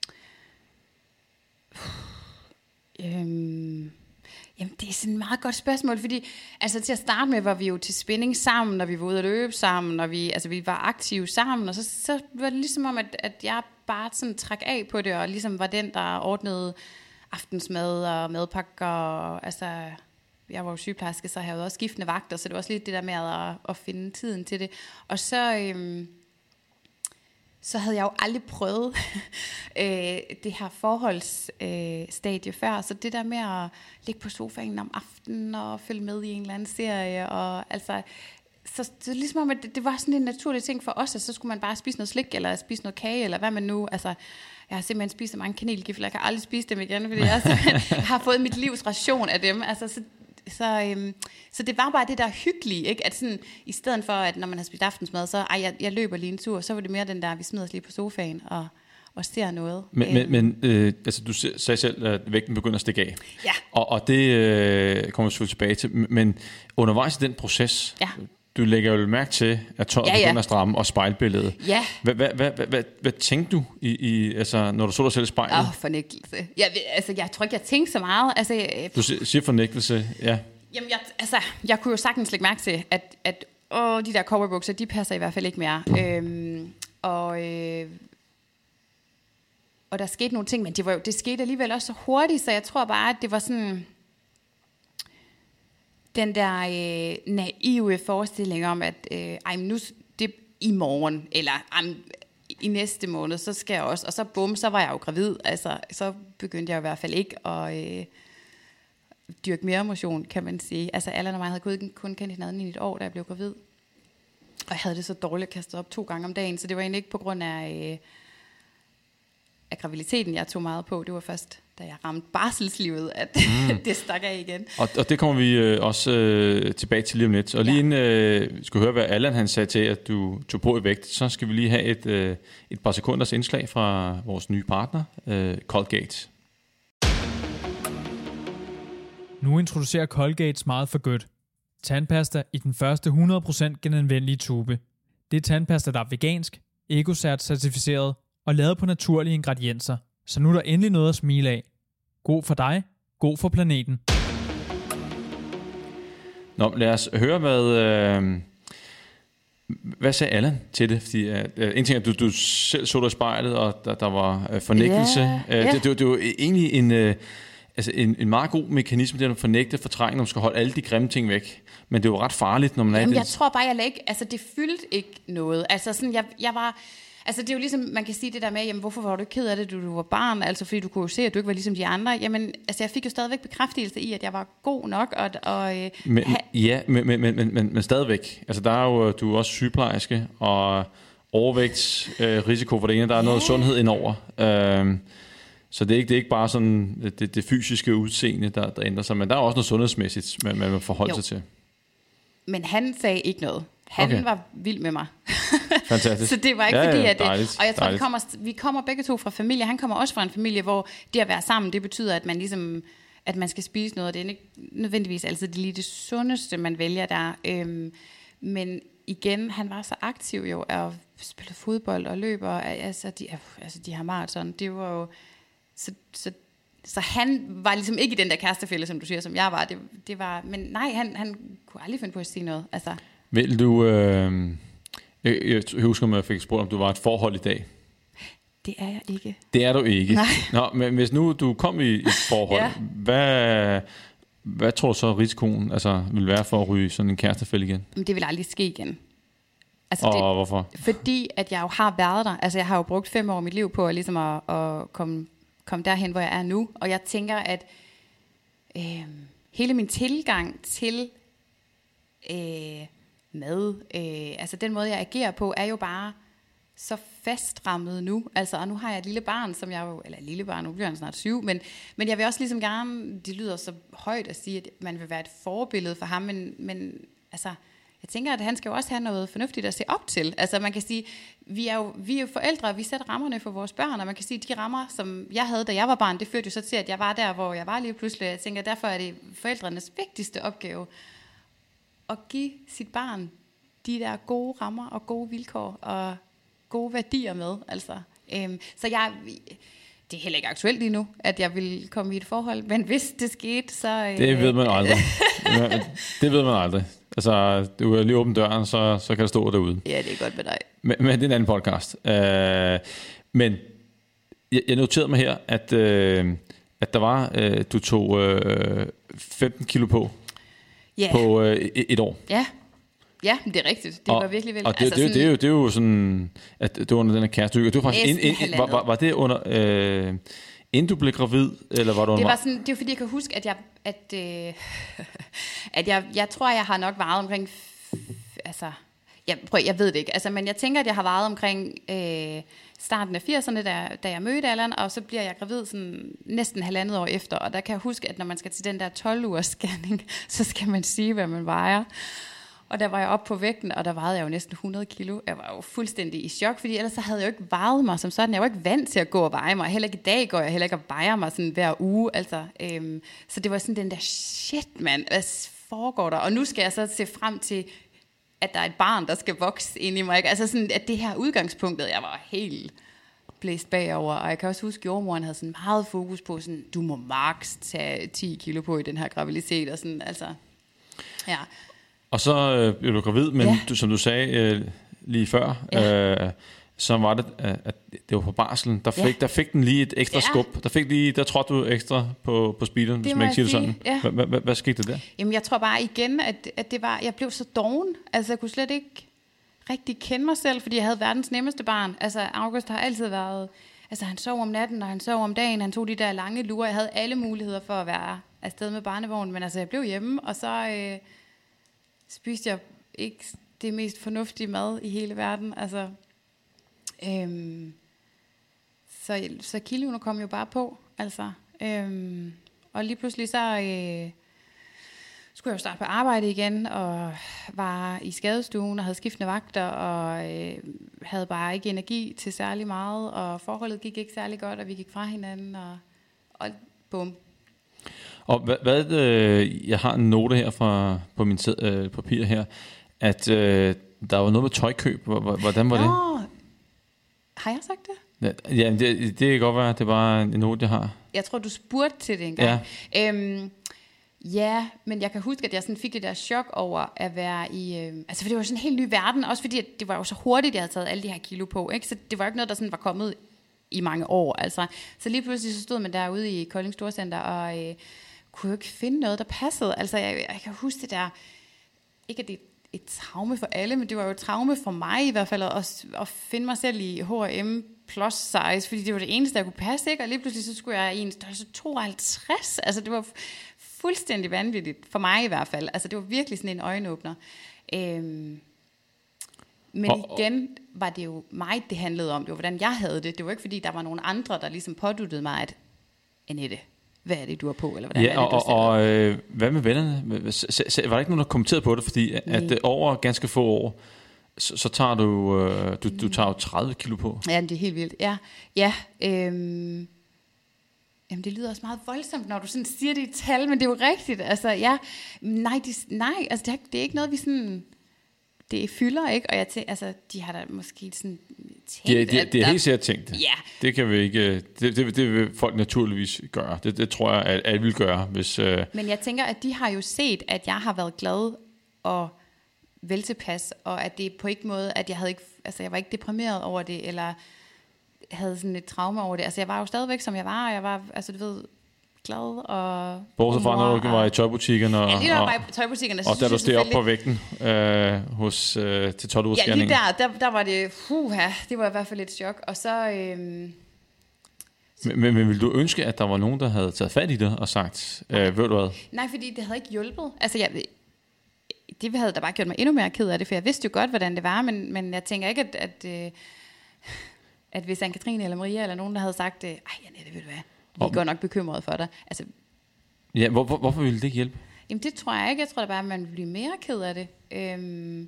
Øhm, jamen, det er sådan et meget godt spørgsmål, fordi altså, til at starte med var vi jo til spinning sammen, og vi var ude at løbe sammen, og vi, altså, vi var aktive sammen, og så, så var det ligesom om, at, at jeg bare sådan trak af på det, og ligesom var den, der ordnede aftensmad og madpakker, og altså... Jeg var jo sygeplejerske, så jeg havde også skiftende vagter, så det var også lidt det der med at, at finde tiden til det. Og så, øhm, så havde jeg jo aldrig prøvet øh, det her forholdsstadie øh, før. Så det der med at ligge på sofaen om aftenen og følge med i en eller anden serie. Og, altså, så det er ligesom om, at det, det var sådan en naturlig ting for os, at så skulle man bare spise noget slik, eller spise noget kage, eller hvad man nu... Altså, jeg har simpelthen spist så mange kanelgifler, jeg kan aldrig spise dem igen, fordi jeg har fået mit livs ration af dem. Altså, så Så, øhm, så det var bare det der hyggelige, ikke? At sådan, i stedet for, at når man har spist aftensmad, så ej, jeg, jeg løber lige en tur, så var det mere den der, vi smider os lige på sofaen og, og ser noget. Men, men, men øh, altså, du sagde selv, at vægten begynder at stikke af. Ja. Og, og det øh, kommer vi selvfølgelig tilbage til. Men undervejs i den proces, ja. Du lægger jo mærke til, at tøjet ja, ja. begynder at stramme, og spejlbilledet. Ja. Hvad, hvad, hvad, hvad, hvad, hvad tænkte du, i, i, altså, når du så dig selv i spejlet? Åh, oh, fornægtelse. Jeg, altså, jeg tror ikke, jeg tænkte så meget. Altså, jeg, du siger fornægtelse, ja. Jamen, jeg, altså, jeg kunne jo sagtens lægge mærke til, at, at åh, de der cowboybukser, de passer i hvert fald ikke mere. Øhm, og, øh, og der skete nogle ting, men det, var jo, det skete alligevel også så hurtigt, så jeg tror bare, at det var sådan... Den der øh, naive forestilling om, at øh, ej, nu det i morgen, eller ej, i næste måned, så skal jeg også... Og så bum, så var jeg jo gravid. Altså, så begyndte jeg i hvert fald ikke at... Øh, dyrke mere motion, kan man sige. Altså, Allan og mig havde kun, kun kendt hinanden i et år, da jeg blev gravid. Og jeg havde det så dårligt kastet op to gange om dagen, så det var egentlig ikke på grund af, øh, af graviditeten, jeg tog meget på. Det var først, da jeg ramte barselslivet, at mm. det stak af igen. Og, og det kommer vi øh, også øh, tilbage til lige om lidt. Og lige ja. inden øh, vi skal høre, hvad Allan han sagde til, at du tog på i vægt, så skal vi lige have et, øh, et par sekunders indslag fra vores nye partner, øh, Colgate. Nu introducerer Colgate Smile for Good. Tandpasta i den første hundrede procent genanvendelige tube. Det er tandpasta, der er vegansk, EcoCert-certificeret og lavet på naturlige ingredienser. Så nu er der endelig noget at smile af. God for dig, god for planeten. Nå, lad os høre, hvad, øh, hvad sagde Allan til det? Fordi øh, en ting er, at du, du selv så dig i spejlet, og der, der var øh, fornægtelse. Yeah, yeah. Øh, det, det, det var egentlig en... Øh, Altså en, en meget god mekanisme, det er at fornægte fortrængning, når man skal holde alle de grimme ting væk. Men det er jo ret farligt, når man er Jamen, i det. Jeg tror bare, jeg lagde ikke, altså det fyldte ikke noget. Altså sådan, jeg, jeg var, altså det er jo ligesom, man kan sige det der med, jamen hvorfor var du ikke ked af det, du, du var barn? Altså fordi du kunne jo se, at du ikke var ligesom de andre. Jamen, altså jeg fik jo stadigvæk bekræftelse i, at jeg var god nok. Og, og, men, ha- ja, men, men, men, men, men stadigvæk. Altså der er jo, du er også sygeplejerske, og overvægt, øh, risiko for det ene, der er noget yeah. sundhed indover. Øh, Så det er ikke, det er ikke bare sådan det, det fysiske udseende, der, der ændrer sig, men der er også noget sundhedsmæssigt, man, man må forholde sig til. Men han sagde ikke noget. Han okay. var vild med mig. Fantastisk. Så det var ikke ja, fordi, ja, at det, dejligt, og jeg tror, vi dejligt. kommer, vi kommer begge to fra familie. Han kommer også fra en familie, hvor det at være sammen, det betyder, at man ligesom, at man skal spise noget, og det er ikke nødvendigvis altid det lige det sundeste, man vælger der. Øhm, men igen, han var så aktiv jo, og spillede fodbold og løber, altså de, altså de her maraton, det var jo, så, så, så han var ligesom ikke i den der kærestefælde, som du siger, som jeg var. Det, det var, men nej, han, han kunne aldrig finde på at sige noget, altså. Vil du, øh, jeg, jeg husker, at jeg fik spurgt, om du var et forhold i dag. Det er jeg ikke. Det er du ikke. Nej. Nå, men hvis nu du kom i et forhold, ja. hvad, hvad tror du så risikoen altså, vil være for at ryge sådan en kærestefælde igen? Men det vil aldrig ske igen. Altså og det, hvorfor? Fordi at jeg jo har været der. Altså jeg har jo brugt fem år af mit liv på at, ligesom at, at komme, komme derhen, hvor jeg er nu. Og jeg tænker, at øh, hele min tilgang til øh, mad, øh, altså den måde, jeg agerer på, er jo bare så fastrammet nu. Altså, og nu har jeg et lille barn, som jeg jo, eller et lille barn, nu bliver han snart syv, men, men jeg vil også ligesom gerne, det lyder så højt at sige, at man vil være et forbillede for ham, men, men altså, jeg tænker, at han skal jo også have noget fornuftigt at se op til. Altså, man kan sige, vi er jo, vi er jo forældre, og vi sætter rammerne for vores børn, og man kan sige, at de rammer, som jeg havde, da jeg var barn, det førte jo så til, at jeg var der, hvor jeg var lige pludselig. Jeg tænker, derfor er det forældrenes vigtigste opgave, at give sit barn de der gode rammer og gode vilkår, og gode værdier med, altså. Øhm, så jeg, det er heller ikke aktuelt lige nu, at jeg vil komme i et forhold, men hvis det skete, så... Øh, det ved man aldrig. Det ved man aldrig. Altså, du er lige åbent døren, så, så kan det stå derude. Ja, det er godt med dig. Men, men det er en anden podcast. Uh, men jeg, jeg noterede mig her, at, uh, at der var, uh, du tog uh, femten kilo på, yeah. på uh, et, et år. Ja. Ja, det er rigtigt. Det og, var virkelig vel. Og det, altså det, sådan, det, er jo, det er jo sådan, at det var under den her kæreste. Det var faktisk ind, ind, var, var, var det under, øh, inden du blev gravid, eller var det under? Det var sådan, det er fordi jeg kan huske, at jeg, at, øh, at jeg, jeg tror, jeg har nok varet omkring, altså, jeg, prøv, jeg ved det ikke, altså, men jeg tænker, at jeg har varet omkring øh, starten af firserne, da, da jeg mødte Allan, og så bliver jeg gravid sådan næsten halvandet år efter, og der kan jeg huske, at når man skal til den der tolv ugers scanning, så skal man sige, hvad man vejer. Og der var jeg oppe på vægten, og der vejede jeg jo næsten hundrede kilo. Jeg var jo fuldstændig i chok, fordi ellers så havde jeg jo ikke vejet mig som sådan. Jeg var ikke vant til at gå og veje mig. Heller ikke i dag går jeg heller ikke og vejer mig sådan hver uge. Altså, øhm, så det var sådan den der, shit mand, hvad foregår der? Og nu skal jeg så se frem til, at der er et barn, der skal vokse ind i mig. Ikke? Altså sådan, at det her udgangspunktet, jeg var helt blæst bagover. Og jeg kan også huske, at jordmoren havde sådan meget fokus på, sådan, du må maks tage ti kilo på i den her graviditet. Og sådan, altså, ja. Og så øh, blev du gravid, men ja. du, som du sagde øh, lige før, ja. øh, så var det, at det var på barslen. Der fik, ja. der fik den lige et ekstra ja. skub. Der fik lige, der trådte du ekstra på, på speederen, hvis man ikke siger det sådan. Ja. Hvad, hvad, hvad skete der der? Jamen, jeg tror bare igen, at, at det var, jeg blev så doven. Altså, jeg kunne slet ikke rigtig kende mig selv, fordi jeg havde verdens nemmeste barn. Altså, August har altid været... Altså, han sov om natten, og han sov om dagen. Han tog de der lange lurer. Jeg havde alle muligheder for at være afsted med barnevognen, men altså, jeg blev hjemme, og så... Øh, spiste jeg ikke det mest fornuftige mad i hele verden. Altså, øhm, så, så kiloene kom jo bare på. Altså, øhm, og lige pludselig så øh, skulle jeg jo starte på arbejde igen, og var i skadestuen og havde skiftende vagter, og øh, havde bare ikke energi til særlig meget, og forholdet gik ikke særlig godt, og vi gik fra hinanden, og, og bum. Og hvad, hvad øh, jeg har en note her fra på min øh, papir her, at øh, der var noget med tøjkøb. Hvordan var det? Nå, har jeg sagt det? Ja, det, det kan godt være, det var en note, jeg har. Jeg tror, du spurgte til det engang. Ja. Øhm, ja, men jeg kan huske, at jeg sådan fik det der chok over at være i... Øh, altså, for det var sådan en helt ny verden, også fordi det var jo så hurtigt, jeg havde taget alle de her kilo på, ikke? Så det var ikke noget, der sådan var kommet i mange år. Altså. Så lige pludselig så stod man derude i Kolding Storcenter, og... Øh, kunne jo ikke finde noget, der passede. Altså, jeg, jeg kan huske det der, ikke at det er et traume for alle, men det var jo et traume for mig i hvert fald, at, at finde mig selv i H og M plus size, fordi det var det eneste, der kunne passe, ikke? Og lige pludselig så skulle jeg i en størrelse tooghalvtreds. Altså, det var fuldstændig vanvittigt, for mig i hvert fald. Altså, det var virkelig sådan en øjenåbner. Øhm, Men og, igen var det jo mig, det handlede om. Det var, hvordan jeg havde det. Det var ikke, fordi der var nogen andre, der ligesom påduttede mig, at Annette, hvad er det, du har på? Eller hvordan ja, er det, du og, og, og øh, hvad med vennerne? Var der ikke nogen, der kommenterede på det? Fordi at, at over ganske få år, så, så tager du, øh, du, du tager jo tredive kilo på. Ja, det er helt vildt. Ja, ja øhm, jamen det lyder også meget voldsomt, når du sådan siger det i tal, men det er jo rigtigt. Altså, ja, nej, de, nej altså, det, er, det er ikke noget, vi sådan... Det fylder ikke, og jeg tænker, altså, de har da måske sådan tænkt... De, de, at de er der, helt sikkert tænkt det. Ja. Det kan vi ikke... Det, det, det vil folk naturligvis gøre. Det, det tror jeg, at alle vil gøre, hvis... Uh... Men jeg tænker, at de har jo set, at jeg har været glad og vel tilpas, og at det på ikke måde, at jeg havde ikke... Altså, jeg var ikke deprimeret over det, eller havde sådan et traume over det. Altså, jeg var jo stadigvæk, som jeg var, og jeg var, altså, du ved... glad og... Bortset fra, når du var i tøjbutikkerne og, ja, lige der var i tøjbutikkerne, og, og da du steg op på vægten øh, hos, øh, til tolv ugers ja, lige der, der, der var det, puha, det var i hvert fald et chok. Og så... Øhm, så men, men, men ville du ønske, at der var nogen, der havde taget fat i det og sagt, øh, ved du hvad? Nej, fordi det havde ikke hjulpet. Altså, jeg, det havde da bare gjort mig endnu mere ked af det, for jeg vidste jo godt, hvordan det var, men, men jeg tænker ikke, at, at, øh, at hvis Anne-Katrine eller Maria eller nogen, der havde sagt, ej, Annette, ved du hvad? Vi er godt nok bekymrede for dig. Altså, ja, hvor, hvor, hvorfor ville det ikke hjælpe? Jamen det tror jeg ikke. Jeg tror da bare, at man vil blive mere ked af det. Øhm,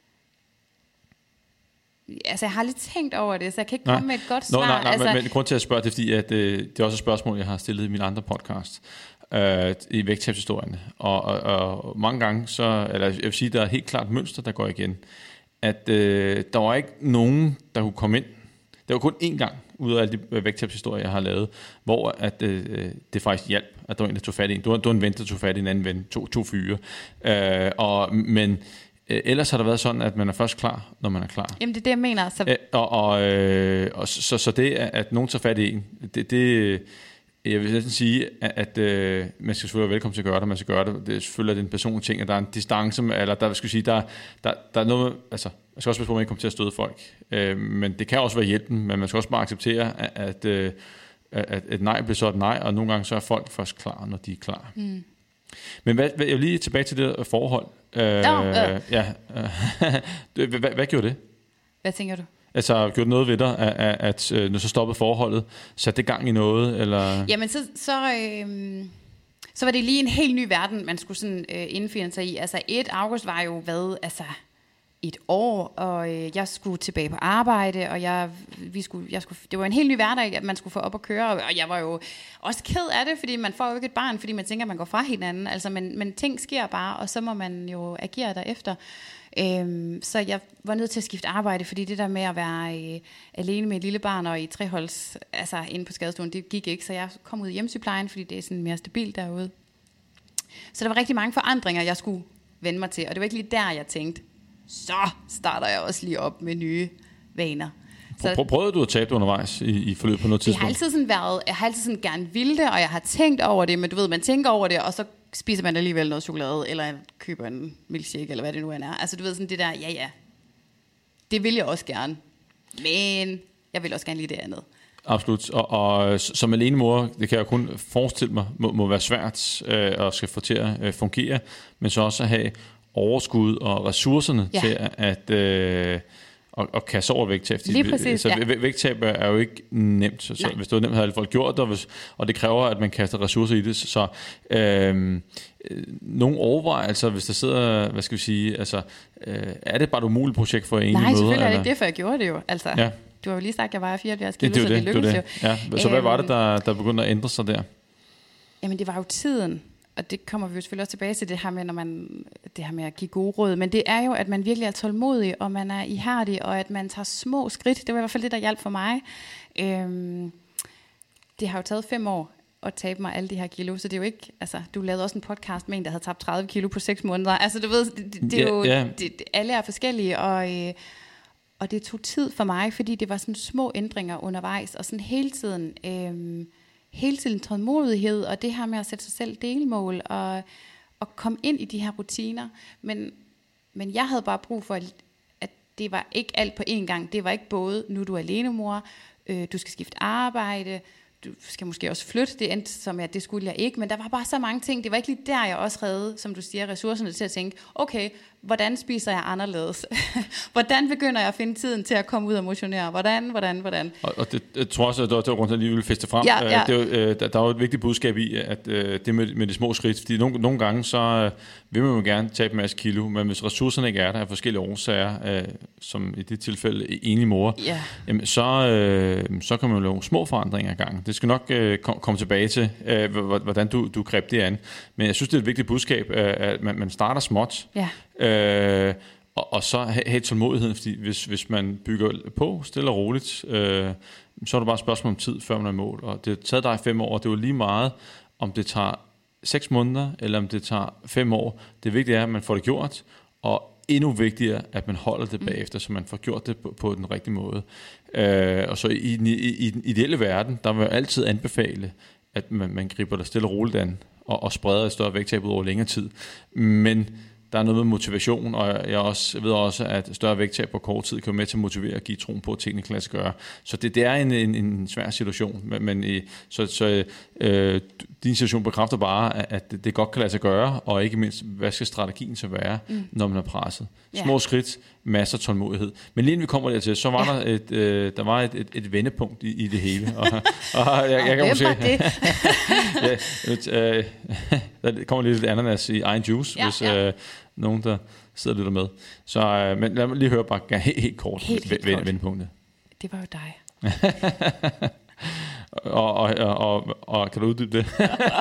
altså jeg har lidt tænkt over det, så jeg kan ikke nej. komme med et godt svar. Nå, nej, nej, altså, men, men grund til at spørge det er, fordi at, øh, det er også et spørgsmål, jeg har stillet i min andre podcast øh, i vægttabshistorien. Og, og, og mange gange, så, eller jeg vil sige, der er helt klart et mønster, der går igen. At øh, der var ikke nogen, der kunne komme ind. Der var kun én gang, ud af alle de vægttabshistorier, jeg har lavet, hvor at, øh, det faktisk hjalp, at der var en, der tog fat i en. Du var, du var en ven, der tog fat i en anden ven, to, to fyre. Øh, og, men øh, ellers har der været sådan, at man er først klar, når man er klar. Jamen det er det, jeg mener. Så... Æ, og og, øh, og så, så det, at nogen tager fat i en, det... det jeg vil næsten sige, at, at øh, man skal selvfølgelig være velkommen til at gøre det, man skal gøre det. Det er selvfølgelig en personlig ting, at der er en distance, eller der skal sige, der, der, der er noget, altså, man skal også passe på, at man ikke kommer til at støde folk. Øh, men det kan også være hjælpen, men man skal også bare acceptere, at, at, øh, at et nej bliver så et nej, og nogle gange så er folk først klar, når de er klar. Mm. Men hvad, jeg vil lige tilbage til det forhold. Øh, oh, øh. Ja, øh, hvad, hvad gjorde det? Hvad tænker du? Altså, gjorde noget ved dig, at, at, at, at når så stoppede forholdet, satte det gang i noget, eller? Jamen, så, så, øh, så var det lige en helt ny verden, man skulle sådan øh, indfinde sig i. Altså, et august var jo, hvad, altså, et år, og øh, jeg skulle tilbage på arbejde, og jeg, vi skulle, jeg skulle, det var en helt ny hverdag, at man skulle få op at køre, og jeg var jo også ked af det, fordi man får jo ikke et barn, fordi man tænker, at man går fra hinanden, altså, men, men ting sker bare, og så må man jo agere derefter. Øhm, så jeg var nødt til at skifte arbejde, fordi det der med at være øh, alene med et lille barn og i treholds, altså inde på skadestuen, det gik ikke, så jeg kom ud i hjemmesygeplejen, fordi det er sådan mere stabilt derude. Så der var rigtig mange forandringer, jeg skulle vende mig til, og det var ikke lige der, jeg tænkte, så starter jeg også lige op med nye vaner. Så, prøvede du at tabe dig undervejs i, i forløbet på noget tidspunkt? Jeg har altid sådan været, jeg har altid sådan gerne ville det, og jeg har tænkt over det, men du ved, man tænker over det, og så spiser man alligevel noget chokolade, eller køber en milkshake, eller hvad det nu end er. Altså du ved sådan det der, ja ja, det vil jeg også gerne, men jeg vil også gerne lide det andet. Absolut, og, og som alene mor, det kan jeg kun forestille mig, må, må være svært øh, at skal få til at øh, fungere, men så også at have overskud og ressourcerne ja. til at... at øh, Og, og kaste over vægttab. Lige præcis, så ja. vægttab er jo ikke nemt. Så, så hvis det var nemt, havde alle folk gjort det, og, hvis, og det kræver, at man kaster ressourcer i det. Så øh, nogle overvejelser, hvis der sidder, hvad skal vi sige, altså, øh, er det bare et umuligt projekt for en møde? Nej, selvfølgelig eller? er det ikke det, for jeg gjorde det jo. Altså, ja. Du har jo lige sagt, at jeg var fireoghalvfjerds kilo, det, det, så det lykkedes jo. Ja. Så hvad var det, der, der begyndte at ændre sig der? Jamen, det var jo tiden. Og det kommer vi jo selvfølgelig også tilbage til, det her med, når man, det her med at give gode råd. Men det er jo, at man virkelig er tålmodig, og man er ihærdig, og at man tager små skridt. Det var i hvert fald det, der hjalp for mig. Øhm, det har jo taget fem år at tabe mig alle de her kilo, så det er jo ikke, altså, du lavede også en podcast med en, der havde tabt tredive kilo på seks måneder. Altså, du ved, det, det er jo, yeah, yeah. Det, alle er forskellige, og, øh, og det tog tid for mig, fordi det var sådan små ændringer undervejs, og sådan hele tiden... Øh, hele tiden tålmodighed, og det her med at sætte sig selv delmål, og, og komme ind i de her rutiner. Men, men jeg havde bare brug for, at det var ikke alt på én gang. Det var ikke både, nu er du alenemor, øh, du skal skifte arbejde, du skal måske også flytte. Det endte som, at det skulle jeg ikke, men der var bare så mange ting. Det var ikke lige der, jeg også havde, som du siger, ressourcerne til at tænke, okay, hvordan spiser jeg anderledes? Hvordan begynder jeg at finde tiden til at komme ud og motionere? Hvordan, hvordan, hvordan? Og, og det jeg tror også, at det var rundt, at lige ville feste frem. Ja, ja. Det er jo, der, der er jo et vigtigt budskab i, at det med, med de små skridt, fordi nogle, nogle gange, så vil man jo gerne tabe en masse kilo, men hvis ressourcerne ikke er der af forskellige årsager, som i det tilfælde enlig mor, ja. jamen, så, så kan man jo lave små forandringer i gang. Det skal nok komme tilbage til, hvordan du, du greb det an. Men jeg synes, det er et vigtigt budskab, at man, man starter småt, ja. Øh, og, og så have, have tålmodigheden, fordi hvis, hvis man bygger på stille og roligt, øh, så er det bare et spørgsmål om tid, før man er i mål. Og det har taget dig fem år, og det er jo lige meget, om det tager seks måneder, eller om det tager fem år. Det vigtige er, at man får det gjort, og endnu vigtigere, at man holder det bagefter, mm. så man får gjort det på, på den rigtige måde. Øh, og så i, i, i den ideelle verden, der vil jeg altid anbefale, at man, man griber det stille og roligt an, og, og spreder et større vægttab ud over længere tid. Men der er noget med motivation, og jeg, også, jeg ved også, at større vægttab på kort tid kan være med til at motivere og give troen på, at tingene kan lade sig gøre. Så det, det er en, en, en svær situation, men, men i, så, så øh, din situation bekræfter bare, at det, det godt kan lade sig gøre, og ikke mindst, hvad skal strategien så være, mm. når man er presset. Små yeah. skridt, masser af tålmodighed. Men lige inden vi kommer dertil, så var yeah. der et, øh, der var et, et, et vendepunkt i, i det hele. Og, og jeg, jeg kan måske det? ja, et, øh, der kommer lidt ananas i egen juice, ja, hvis ja. Øh, nogen, der sidder og lytter med. Så, øh, men lad mig lige høre bare helt, helt kort helt, helt v- vendepunktet. Det var jo dig. og, og, og, og, og kan du uddybe det?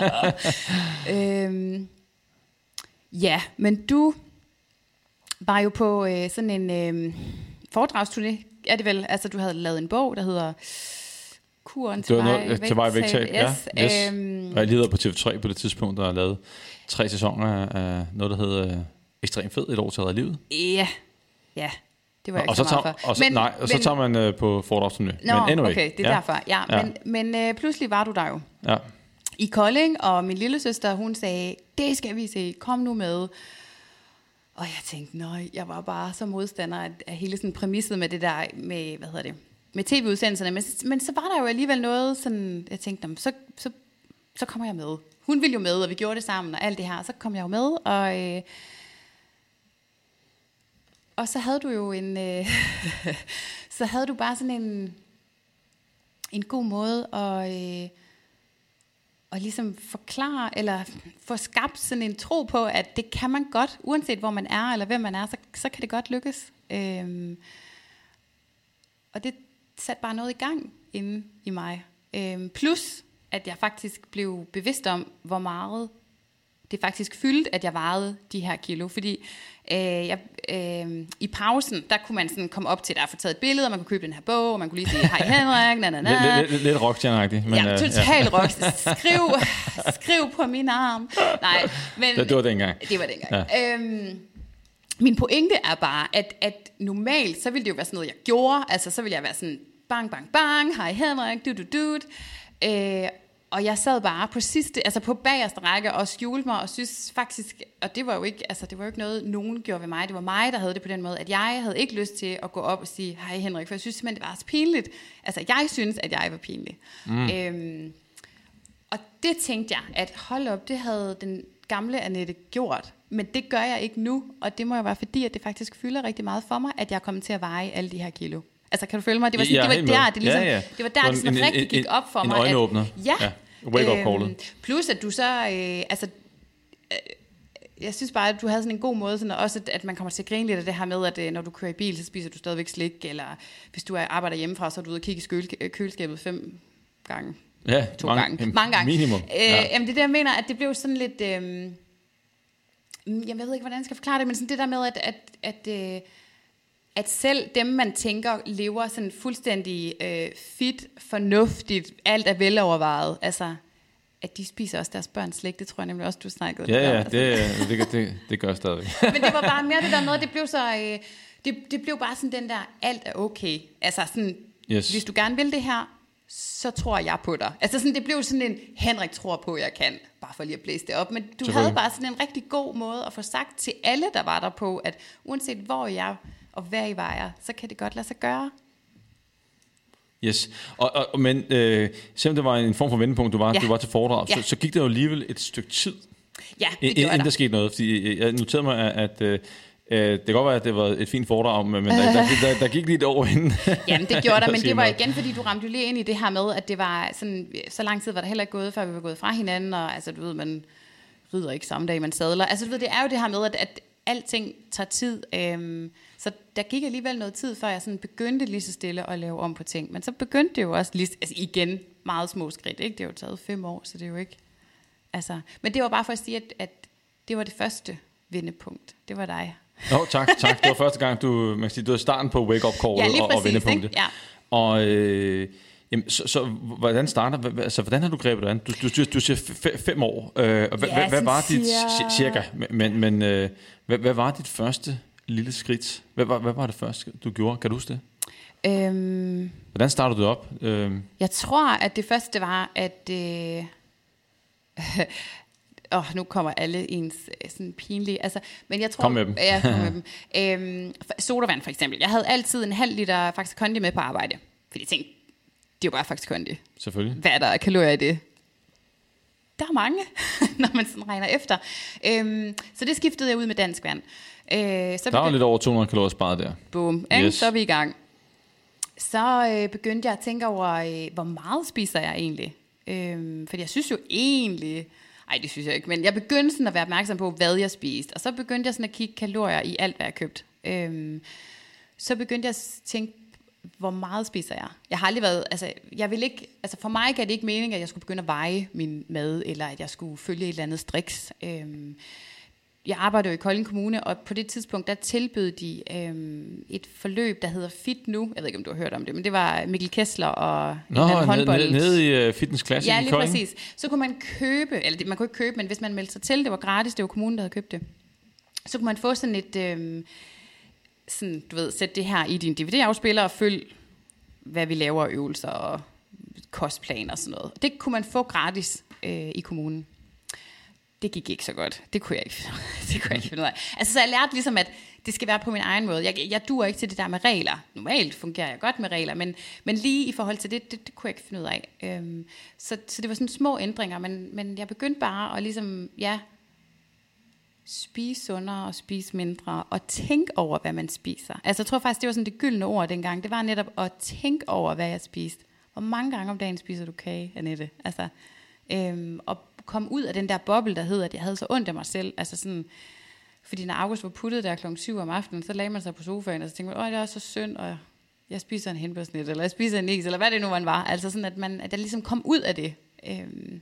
øhm, ja, men du var jo på øh, sådan en øh, foredragsturné, er det vel? Altså, du havde lavet en bog, der hedder Kuren til vej til vej vægttab. Yes. Ja, yes. Øhm, og jeg lige på T V tre på det tidspunkt, der har lavet tre sæsoner af noget, der hedder Ekstrem Fed, et år til at redde livet. Ja, ja. Det var jeg og ikke så så meget tager, for. Og så, men, nej, og så men, tager man øh, på foredragsturné. Nå, men anyway, okay, det er ja. derfor. Ja, ja. Men, men øh, pludselig var du der jo. Ja. I Kolding, og min lille søster, hun sagde, det skal vi se, kom nu med. Og jeg tænkte, nej, jeg var bare så modstander af, af hele sådan præmisset med det der, med, hvad hedder det, med tv-udsendelserne. Men, men så var der jo alligevel noget sådan, jeg tænkte, så, så, så kommer jeg med. Hun ville jo med, og vi gjorde det sammen, og alt det her. Så kom jeg jo med, og... Øh, og så havde du jo en... Øh, så havde du bare sådan en... En god måde at... Øh, og ligesom forklare, eller få skabt sådan en tro på, at det kan man godt, uanset hvor man er, eller hvem man er, så, så kan det godt lykkes. Øhm, og det satte bare noget i gang inde i mig. Øhm, plus, at jeg faktisk blev bevidst om, hvor meget det faktisk fyldte, at jeg vejede de her kilo. Fordi øh, jeg, øh, i pausen, der kunne man sådan komme op til, der få taget et billede, og man kunne købe den her bog, og man kunne lige sige, hej Henrik, na na na. Lidt, lidt, lidt rockstjerneagtigt. Ja, totalt rock. Skriv, skriv på min arm. Nej, men... Det, det var dengang. Det var dengang. Ja. Øhm, min pointe er bare, at, at normalt, så ville det jo være sådan noget, jeg gjorde. Altså, så ville jeg være sådan, bang, bang, bang, hej Henrik, du, du, du. Øh, Og jeg sad bare på sidste, altså på bagerste række og skjulte mig og synes faktisk, og det var jo ikke, altså det var jo ikke noget, nogen gjorde ved mig. Det var mig, der havde det på den måde, at jeg havde ikke lyst til at gå op og sige, hej Henrik, for jeg synes simpelthen, det var så pinligt. Altså jeg synes, at jeg var pinlig. Mm. Øhm, og det tænkte jeg, at hold op, det havde den gamle Annette gjort. Men det gør jeg ikke nu, og det må jo være fordi, at det faktisk fylder rigtig meget for mig, at jeg kommer til at veje alle de her kilo. Altså, kan du følge mig? Det var, sådan, ja, det var der, det, ligesom, ja, ja. det, var der, det sådan en, rigtig en, gik op for en mig. En øjenåbner. At, ja. ja. Wake up callet. Plus, at du så... Øh, altså, øh, jeg synes bare, at du havde sådan en god måde, sådan også at, at man kommer til at grine lidt af det her med, at øh, når du kører i bil, så spiser du stadigvæk slik, eller hvis du arbejder hjemmefra, så er du ude og kigge i køl- køleskabet fem gange. Ja, to mange, gange. Mange gange. Minimum. Øh, ja. Jamen, det der, jeg mener, at det blev sådan lidt... Øh, jeg ved ikke, hvordan jeg skal forklare det, men sådan det der med, at... at, at øh, at selv dem, man tænker, lever sådan fuldstændig øh, fit, fornuftigt, alt er velovervejet, altså, at de spiser også deres børns slik, det tror jeg nemlig også, du snakkede ja, om. Ja, det, det, det, det gør jeg stadigvæk. Men det var bare mere det der med, det blev så, øh, det, det blev bare sådan den der, alt er okay. Altså sådan, yes. Hvis du gerne vil det her, så tror jeg på dig. Altså sådan, det blev sådan en, Henrik tror på, jeg kan, bare for lige at blæse det op. Men du havde bare sådan en rigtig god måde at få sagt til alle, der var der på, at uanset hvor jeg og hvad I vejer, så kan det godt lade sig gøre. Yes, og, og, men øh, selvom det var en form for vendepunkt, du var, ja. du var til foredrag, ja. så, så gik det jo alligevel et stykke tid, ja, det inden der. der skete noget. Fordi jeg noterede mig, at øh, det kan godt være, at det var et fint foredrag, men der, der, der, der gik lige et år inden. Jamen det gjorde der, men det var igen, fordi du ramte jo lige ind i det her med, at det var sådan, så lang tid var der heller ikke gået, før vi var gået fra hinanden, og altså du ved, man rider ikke samme dag, man sadler. Altså du ved, det er jo det her med, at, at alting tager tid. Øhm, så der gik alligevel noget tid, før jeg sådan begyndte lige så stille at lave om på ting. Men så begyndte det jo også lige, altså igen, meget små skridt, ikke? Det har jo taget fem år, så det er jo ikke... Altså, men det var bare for at sige, at, at det var det første vendepunkt. Det var dig. Nå, tak, tak. Det var første gang, du, man kan sige, du var starten på wake-up callet ja, og, og vendepunktet. Ja. Og øh, jamen, så, så hvordan starter, altså hvordan har du grebet det an? Du, du, du siger fem år. Øh, og hvad, ja, hvad var dit, siger... cirka, men, men øh, hvad, hvad var dit første lille skridt? Hvad var, hvad var det første, du gjorde? Kan du huske det? Øhm... Hvordan startede du op? Øhm... Jeg tror, at det første var, at... Øh... Åh, oh, nu kommer alle ens sådan pinlige, altså, men jeg tror... Kom med dem. Ja, kom med dem. Øhm, sodavand for eksempel. Jeg havde altid en halv liter Faxe Kondi med på arbejde, fordi jeg tænkte, det er jo bare Faxe Kondi. Selvfølgelig. Hvad er der af kalorier i det? Der er mange, når man sådan regner efter. Øhm, så det skiftede jeg ud med dansk vand. Øh, så der var lidt over to hundrede kalorier sparet der. Boom, yes. Så er vi i gang. Så øh, begyndte jeg at tænke over, øh, hvor meget spiser jeg egentlig? Øh, fordi jeg synes jo egentlig... Ej, det synes jeg ikke, men jeg begyndte sådan at være opmærksom på, hvad jeg spiste. Og så begyndte jeg sådan at kigge kalorier i alt, hvad jeg købte. Øhm, så begyndte jeg at tænke, hvor meget spiser jeg? Jeg har aldrig været, altså, jeg vil ikke, altså for mig gav det ikke mening, at jeg skulle begynde at veje min mad, eller at jeg skulle følge et eller andet striks. Øhm, jeg arbejder jo i Kolding Kommune, og på det tidspunkt, der tilbød de øhm, et forløb, der hedder Fit Nu. Jeg ved ikke, om du har hørt om det, men det var Mikkel Kessler og Nå, en håndbold. Nede i uh, Fitness Classic ja, i Kolding? Ja, lige præcis. Så kunne man købe, eller man kunne ikke købe, men hvis man meldte sig til, det var gratis, det var kommunen, der havde købt det. Så kunne man få sådan et, øhm, sådan, du ved, sæt det her i din D V D-afspiller og følg, hvad vi laver af øvelser og kostplaner og sådan noget. Det kunne man få gratis øh, i kommunen. Det gik ikke så godt. Det kunne jeg ikke, det kunne jeg ikke finde ud af. Altså, så jeg lærte ligesom, at det skal være på min egen måde. Jeg, jeg duer ikke til det der med regler. Normalt fungerer jeg godt med regler, men, men lige i forhold til det, det, det kunne jeg ikke finde ud af. Øhm, så, så det var sådan små ændringer, men, men jeg begyndte bare at ligesom, ja, spise sundere og spise mindre, og tænke over, hvad man spiser. Altså, jeg tror faktisk, det var sådan det gyldne ord dengang. Det var netop at tænke over, hvad jeg spiste. Hvor mange gange om dagen spiser du kage, Annette? Altså, øhm, og komme ud af den der boble, der hed, at jeg havde så ondt af mig selv. Altså sådan, fordi når August var puttet der klokken syv om aftenen, så lagde man sig på sofaen, og så tænkte man, åh, det er så synd, og jeg spiser en hindbærsnit, eller jeg spiser en is, eller hvad det nu man var. Altså sådan, at, man, at jeg ligesom kom ud af det. Øhm,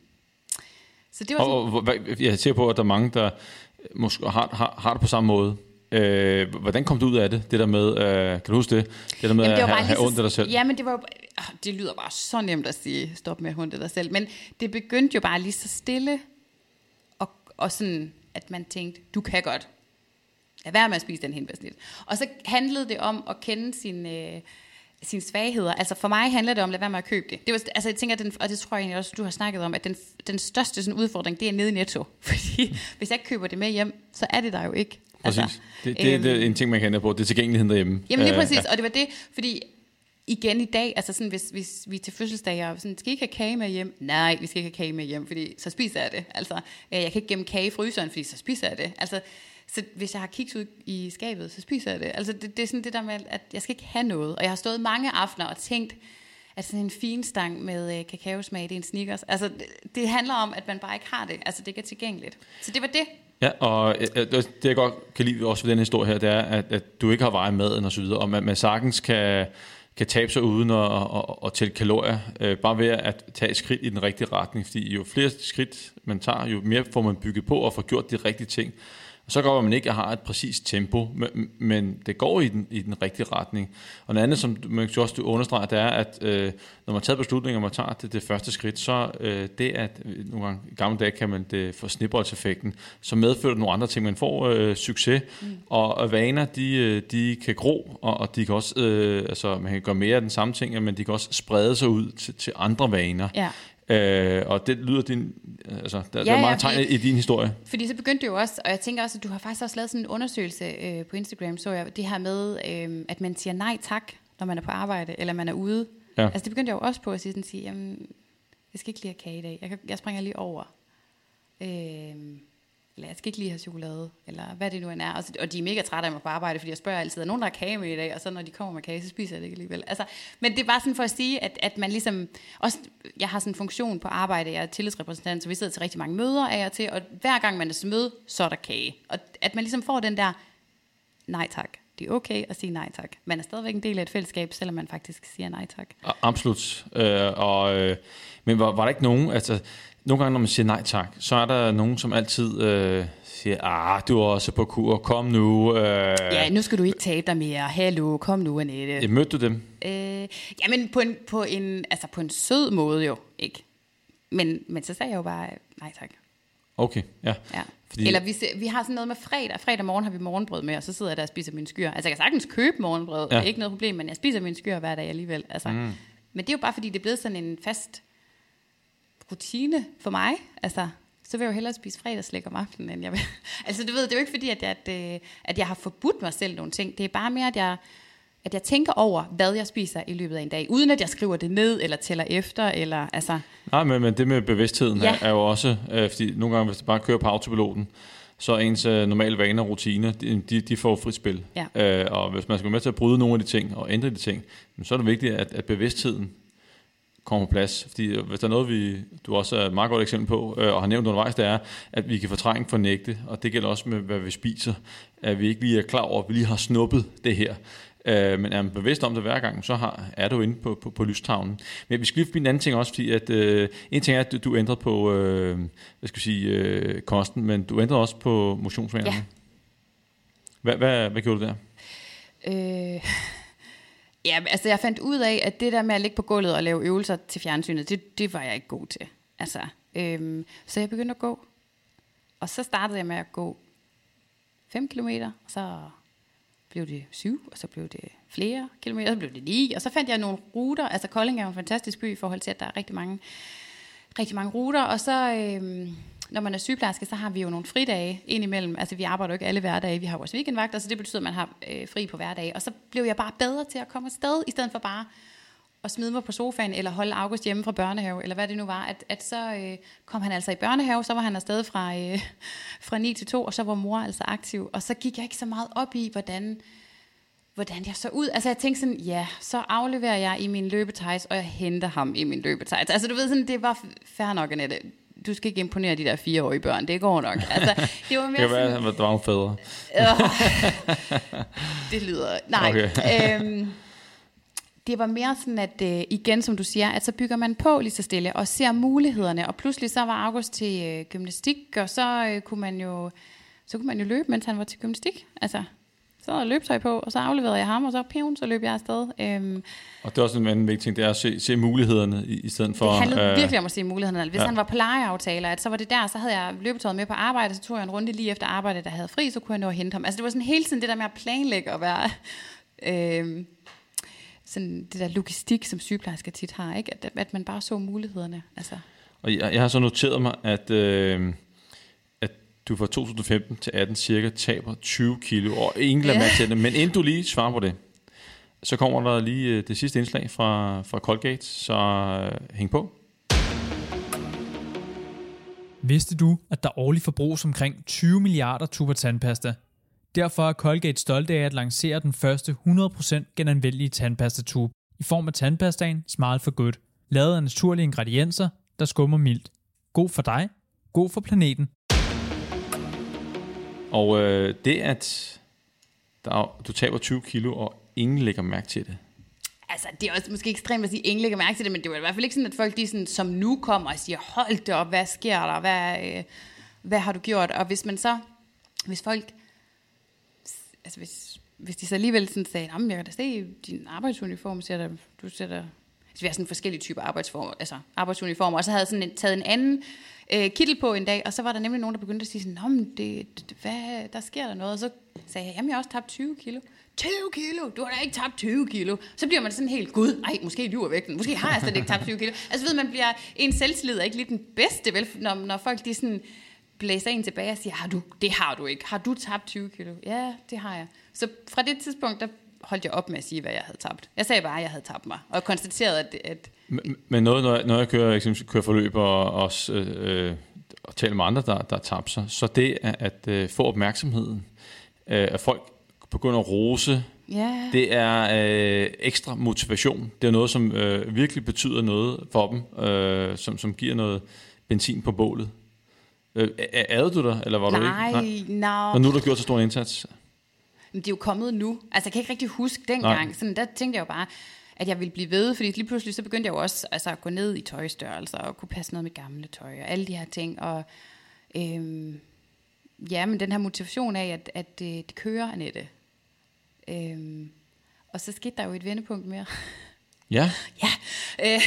så det var sådan, og, og jeg ser på, at der er mange, der måske har, har, har det på samme måde. Øh, hvordan kom du ud af det? Det der med, øh, kan du huske det? Det der med Jamen, det at have, have ondt af dig selv. Ja, men det var jo, det lyder bare så nemt at sige, stop med at have ondt af dig selv. Men det begyndte jo bare lige så stille, og, og sådan, at man tænkte, du kan godt. Lad være med at spise den hindbærsnit. Og så handlede det om at kende sine, øh, sine svagheder. Altså for mig handler det om, lad være med at købe det. Det var, altså jeg tænker, den, og det tror jeg egentlig også, du har snakket om, at den, den største sådan, udfordring, det er nede i Netto. Fordi hvis jeg køber det med hjem, så er det der jo ikke. Præcis. Altså, det, det, øhm, det er en ting, man kan ændre på. Det er tilgængeligheden derhjemme. Jamen lige præcis, uh, ja. Og det var det, fordi igen i dag, altså sådan, hvis, hvis vi er til fødselsdag, og sådan, skal I ikke have kage med hjem? Nej, vi skal ikke have kage med hjem, fordi så spiser jeg det. Altså, jeg kan ikke gemme kage i fryseren, fordi så spiser jeg det. Altså, så hvis jeg har kiks ud i skabet, så spiser jeg det. Altså, det, det er sådan det der med, at jeg skal ikke have noget. Og jeg har stået mange aftener og tænkt, at sådan en fin stang med øh, kakaosmag, det er en Snickers. Altså, det, det handler om, at man bare ikke har det. Altså, det ikke er tilgængeligt. Så det var det. Ja, og øh, det jeg godt kan lide også ved den historie her, det er, at, at du ikke har vejet maden og så videre, og man, man sagtens kan, kan tabe sig uden at, at, at tælle kalorier, øh, bare ved at tage et skridt i den rigtige retning, fordi jo flere skridt man tager, jo mere får man bygget på og får gjort de rigtige ting. Og så går man ikke har et præcist tempo, men, men det går i den, i den rigtige retning. Og noget andet, som man også du understreger, det er, at øh, når man tager beslutninger, og man tager det, det første skridt, så øh, det, at nogle gange i gamle dage kan man det få snibboldseffekten, så medfører det nogle andre ting. Man får øh, succes, mm. og, og vaner, de, de kan gro, og, og de kan også, øh, altså man kan gøre mere af den samme ting, men de kan også sprede sig ud til, til andre vaner. Ja. Øh, og det lyder din, altså der, ja, der er meget ja, tegn i din historie. Fordi så begyndte det jo også, og jeg tænker også, at du har faktisk også lavet sådan en undersøgelse øh, på Instagram, så jeg det her med, øh, at man siger nej tak, når man er på arbejde, eller man er ude. Ja. Altså det begyndte jeg jo også på at sige, sådan, sige jamen, jeg skal ikke lige have kage i dag. Jeg, kan, jeg springer lige over. Øhm, eller jeg skal ikke lige have chokolade, eller hvad det nu end er. Og, så, og de er mega trætte af mig på arbejde, fordi jeg spørger altid, er nogen, der har kage med i dag? Og så når de kommer med kage, så spiser jeg det ikke alligevel. Altså, men det er bare sådan for at sige, at, at man ligesom... Også, jeg har sådan en funktion på arbejde, jeg er tillidsrepræsentant, så vi sidder til rigtig mange møder af og til, og hver gang man er til møde, så er der kage. Og at man ligesom får den der, nej tak, det er okay at sige nej tak. Man er stadigvæk en del af et fællesskab, selvom man faktisk siger nej tak. Absolut. Øh, og, øh, men var, var der ikke nogen... Altså, nogle gange, når man siger nej tak, så er der nogen, som altid øh, siger, ah, du er også på kur, kom nu. Øh. Ja, nu skal du ikke tabe dig mere. Hallo, kom nu, Annette. Ja, mødte du dem? Øh, jamen, på en, på, en, altså på en sød måde jo, ikke? Men, men så sagde jeg jo bare, nej tak. Okay, ja. ja. Fordi... Eller vi, vi har sådan noget med fredag. Fredag morgen har vi morgenbrød med, og så sidder jeg der og spiser min skyr. Altså, jeg kan sagtens købe morgenbrød, ja. Ikke noget problem, men jeg spiser min skyr hver dag alligevel. Altså. Mm. Men det er jo bare, fordi det er blevet sådan en fast... rutine for mig, altså, så vil jeg jo hellere spise fredagslæg om aftenen, end jeg vil. Altså, du ved, det er jo ikke fordi, at jeg, at, at jeg har forbudt mig selv nogle ting. Det er bare mere, at jeg, at jeg tænker over, hvad jeg spiser i løbet af en dag, uden at jeg skriver det ned, eller tæller efter, eller altså... Nej, men, men det med bevidstheden ja. er, er jo også, øh, fordi nogle gange, hvis det bare kører på autopiloten, så er ens øh, normale vaner og rutiner, de, de, de får frit spil. Ja. Øh, og hvis man skal være med til at bryde nogle af de ting, og ændre de ting, så er det vigtigt, at, at bevidstheden kommer på plads. Fordi hvis der er noget, vi, du også er et meget godt eksempel på, øh, og har nævnt undervejs, det er, at vi kan fortrænge for nægte, og det gælder også med, hvad vi spiser. At vi ikke lige er klar over, at vi lige har snuppet det her. Øh, men er man bevidst om det hver gang, så har, er du inde på, på, på lystavlen. Men vi skal lige forbi en anden ting også, fordi at, øh, en ting er, at du, du ændrede på øh, hvad skal jeg sige, øh, kosten, men du ændrede også på motionsvanerne. Ja. Hvad, hvad, hvad gjorde du der? Øh... Ja, altså jeg fandt ud af, at det der med at ligge på gulvet og lave øvelser til fjernsynet, det, det var jeg ikke god til. Altså, øhm, så jeg begyndte at gå. Og så startede jeg med at gå fem kilometer, og så blev det syv, og så blev det flere kilometer, og så blev det ni, og så fandt jeg nogle ruter. Altså Kolding er jo en fantastisk by i forhold til, at der er rigtig mange, rigtig mange ruter, og så... Øhm, når man er sygeplejerske, så har vi jo nogle fridage indimellem. Altså, vi arbejder jo ikke alle hverdage. Vi har vores weekendvagter, så det betyder, at man har øh, fri på hverdage. Og så blev jeg bare bedre til at komme afsted, i stedet for bare at smide mig på sofaen, eller holde August hjemme fra børnehave, eller hvad det nu var. At, at så øh, kom han altså i børnehave, så var han afsted fra, øh, fra ni til to, og så var mor altså aktiv. Og så gik jeg ikke så meget op i, hvordan, hvordan jeg så ud. Altså, jeg tænkte sådan, ja, så afleverer jeg i min løbetejs, og jeg henter ham i min løbetejs. Altså, du ved sådan, det var fair nok, Annette. Du skal ikke imponere de der fireårige børn, det går nok. Altså, det var mere det kan sådan, være, at der var nogle fædre. Øh, det lyder... Nej. Okay. øhm, det var mere sådan, at øh, igen, som du siger, at så bygger man på lige så stille, og ser mulighederne, og pludselig så var August til øh, gymnastik, og så øh, kunne man jo så kunne man jo løbe, mens han var til gymnastik. Altså, så var der løbetøj på, og så afleverede jeg ham, og så pæven, så løb jeg afsted. Øhm, og det er også en anden vigtig ting, det er at se, se mulighederne i, i stedet for... Det handlede øh, virkelig om at se mulighederne. Hvis ja. han var på lejeaftaler, at så var det der, så havde jeg løbetøjet med på arbejde, så tog jeg en runde lige efter arbejde, der havde fri, så kunne jeg nå at hente ham. Altså det var sådan hele tiden det der med at planlægge og være... Øh, sådan det der logistik, som sygeplejersker tit har, ikke? At, at man bare så mulighederne. Altså. Og jeg, jeg har så noteret mig, at... Øh, du fra to tusind og femten til atten cirka taber tyve kilo, og ingen lader mærke til det. Men inden du lige svarer på det, så kommer der lige det sidste indslag fra, fra Colgate, så uh, hæng på. Vidste du, at der årligt forbruges omkring tyve milliarder tuber tandpasta? Derfor er Colgate stolte af at lancere den første hundrede procent genanvendelige tandpastatube i form af tandpastaen Smile for Good, lavet af naturlige ingredienser, der skummer mildt. God for dig, god for planeten. Og øh, det, at der, du taber tyve kilo, og ingen lægger mærke til det. Altså, det er også måske ekstremt at sige, at ingen lægger mærke til det, men det er i hvert fald ikke sådan, at folk de sådan, som nu kommer og siger, hold det op, hvad sker der, hvad, øh, hvad har du gjort? Og hvis man så, hvis folk, altså hvis, hvis de så alligevel sådan sagde, jeg kan da se din arbejdsuniform, siger der, du ser der, altså vi har sådan forskellige typer arbejdsformer, altså arbejdsuniformer, og så havde jeg sådan en, taget en anden øh, kittel på en dag, og så var der nemlig nogen, der begyndte at sige sådan, nå, men det, det, hvad, der sker der noget, og så sagde jeg, jamen jeg har også tabt tyve kilo. tyve kilo? Du har da ikke tabt tyve kilo. Så bliver man sådan helt, gud, ej, måske lyver vægten, måske har jeg slet ikke tabt tyve kilo. Altså ved man bliver, en selvtillid er ikke lige den bedste, vel, når, når folk de sådan blæser en tilbage og siger, har du, det har du ikke, har du tabt tyve kilo? Ja, det har jeg. Så fra det tidspunkt, der holdt jeg op med at sige, hvad jeg havde tabt. Jeg sagde bare, at jeg havde tabt mig, og konstaterede, at... at men, men noget, når jeg, når jeg kører, eksempelvis, kører forløb og også øh, og taler med andre, der, der tabt sig, så det at, at øh, få opmærksomheden, øh, at folk begynder at rose, yeah. det er øh, ekstra motivation. Det er noget, som øh, virkelig betyder noget for dem, øh, som, som giver noget benzin på bålet. Øh, Adede du dig, eller var nej, du ikke? Nej, no. Og nu har du gjort så stor en indsats. Men det er jo kommet nu. Altså, jeg kan ikke rigtig huske dengang. Sådan, der tænkte jeg jo bare, at jeg ville blive ved, fordi lige pludselig så begyndte jeg jo også altså, at gå ned i tøjstørrelser og kunne passe noget med gamle tøj og alle de her ting. Og øhm, ja, men den her motivation af, at, at det, det kører, Annette. Øhm, og så skete der jo et vendepunkt mere. Ja? Ja. Øh,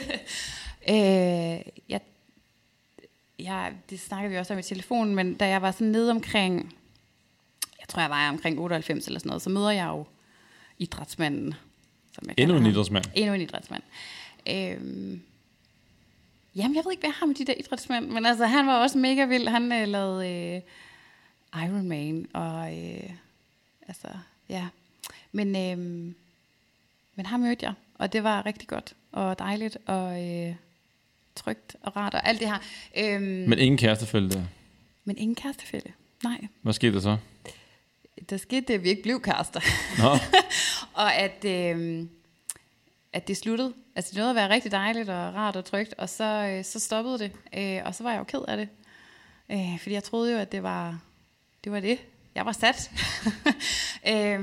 øh, jeg, jeg, det snakker vi også om i telefonen, men da jeg var sådan nede omkring... Jeg tror, jeg var omkring otteoghalvfems eller sådan noget, så møder jeg jo idrætsmanden. Som jeg Endnu en idrætsmand. Endnu en idrætsmand. Øhm, jamen, jeg ved ikke, hvad jeg har med de der idrætsmænd, men altså, han var også mega vild. Han øh, lavede øh, Ironman, og øh, altså, ja. Men, øh, men ham mødte jeg, og det var rigtig godt, og dejligt, og øh, trygt og rart, og alt det her. Øhm, men ingen kærestefælde der? Men ingen kærestefælde, nej. Hvad skete der så? Der skete det, at vi ikke blev kærester. Og at, øh, at det sluttede. Altså det nåede at være rigtig dejligt og rart og trygt, og så, øh, så stoppede det. Øh, og så var jeg jo ked af det. Øh, fordi jeg troede jo, at det var det. Var det. Jeg var sat. øh,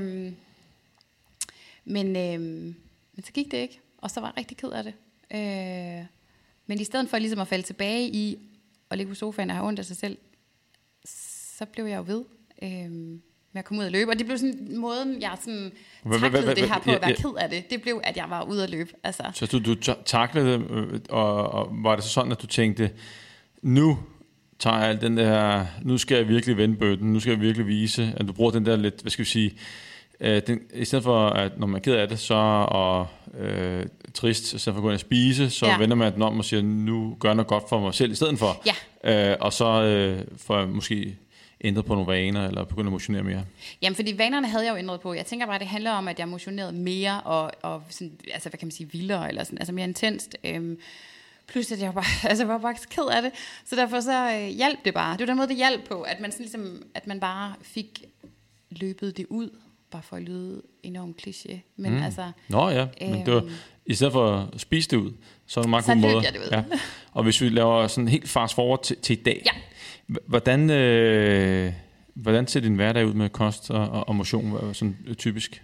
men, øh, men så gik det ikke, og så var jeg rigtig ked af det. Øh, men i stedet for ligesom at falde tilbage i at ligge på sofaen og have ondt af sig selv, så blev jeg jo ved. Øh, med at komme ud og løbe, og det blev sådan måden, jeg sådan taklede det her på at være ked af det. Det blev, at jeg var ude at løbe. Altså. Så du, du taklede det, og, og var det så sådan, at du tænkte, nu tager jeg den der, nu skal jeg virkelig vende bøtten, nu skal jeg virkelig vise, at du bruger den der lidt, hvad skal vi sige, øh, den, i stedet for, at når man er ked af det, så og øh, trist, i stedet for at gå ind og spise, så ja. vender man den om og siger, nu gør jeg noget godt for mig selv i stedet for. Ja. Øh, og så øh, får jeg måske ændret på nogle vaner, eller begynde at motionere mere? Jamen, fordi vanerne havde jeg jo ændret på. Jeg tænker bare, at det handler om, at jeg motionerede mere, og, og sådan, altså, hvad kan man sige, vildere, eller sådan, altså mere intenst. Øhm, plus, at jeg var bare, altså, var bare ked af det. Så derfor så øh, hjalp det bare. Det var den måde, det hjalp på, at man, sådan, ligesom, at man bare fik løbet det ud, bare for at lyde enormt kliché. Men mm. altså... Nå ja, men øhm, det var, i stedet for at spise det ud, så er det meget god måde. Så løb jeg det ud. Ja. Og hvis vi laver sådan helt fast forward til, til i dag, ja. Hvordan, øh, hvordan ser din hverdag ud med kost og, og motion, sådan typisk?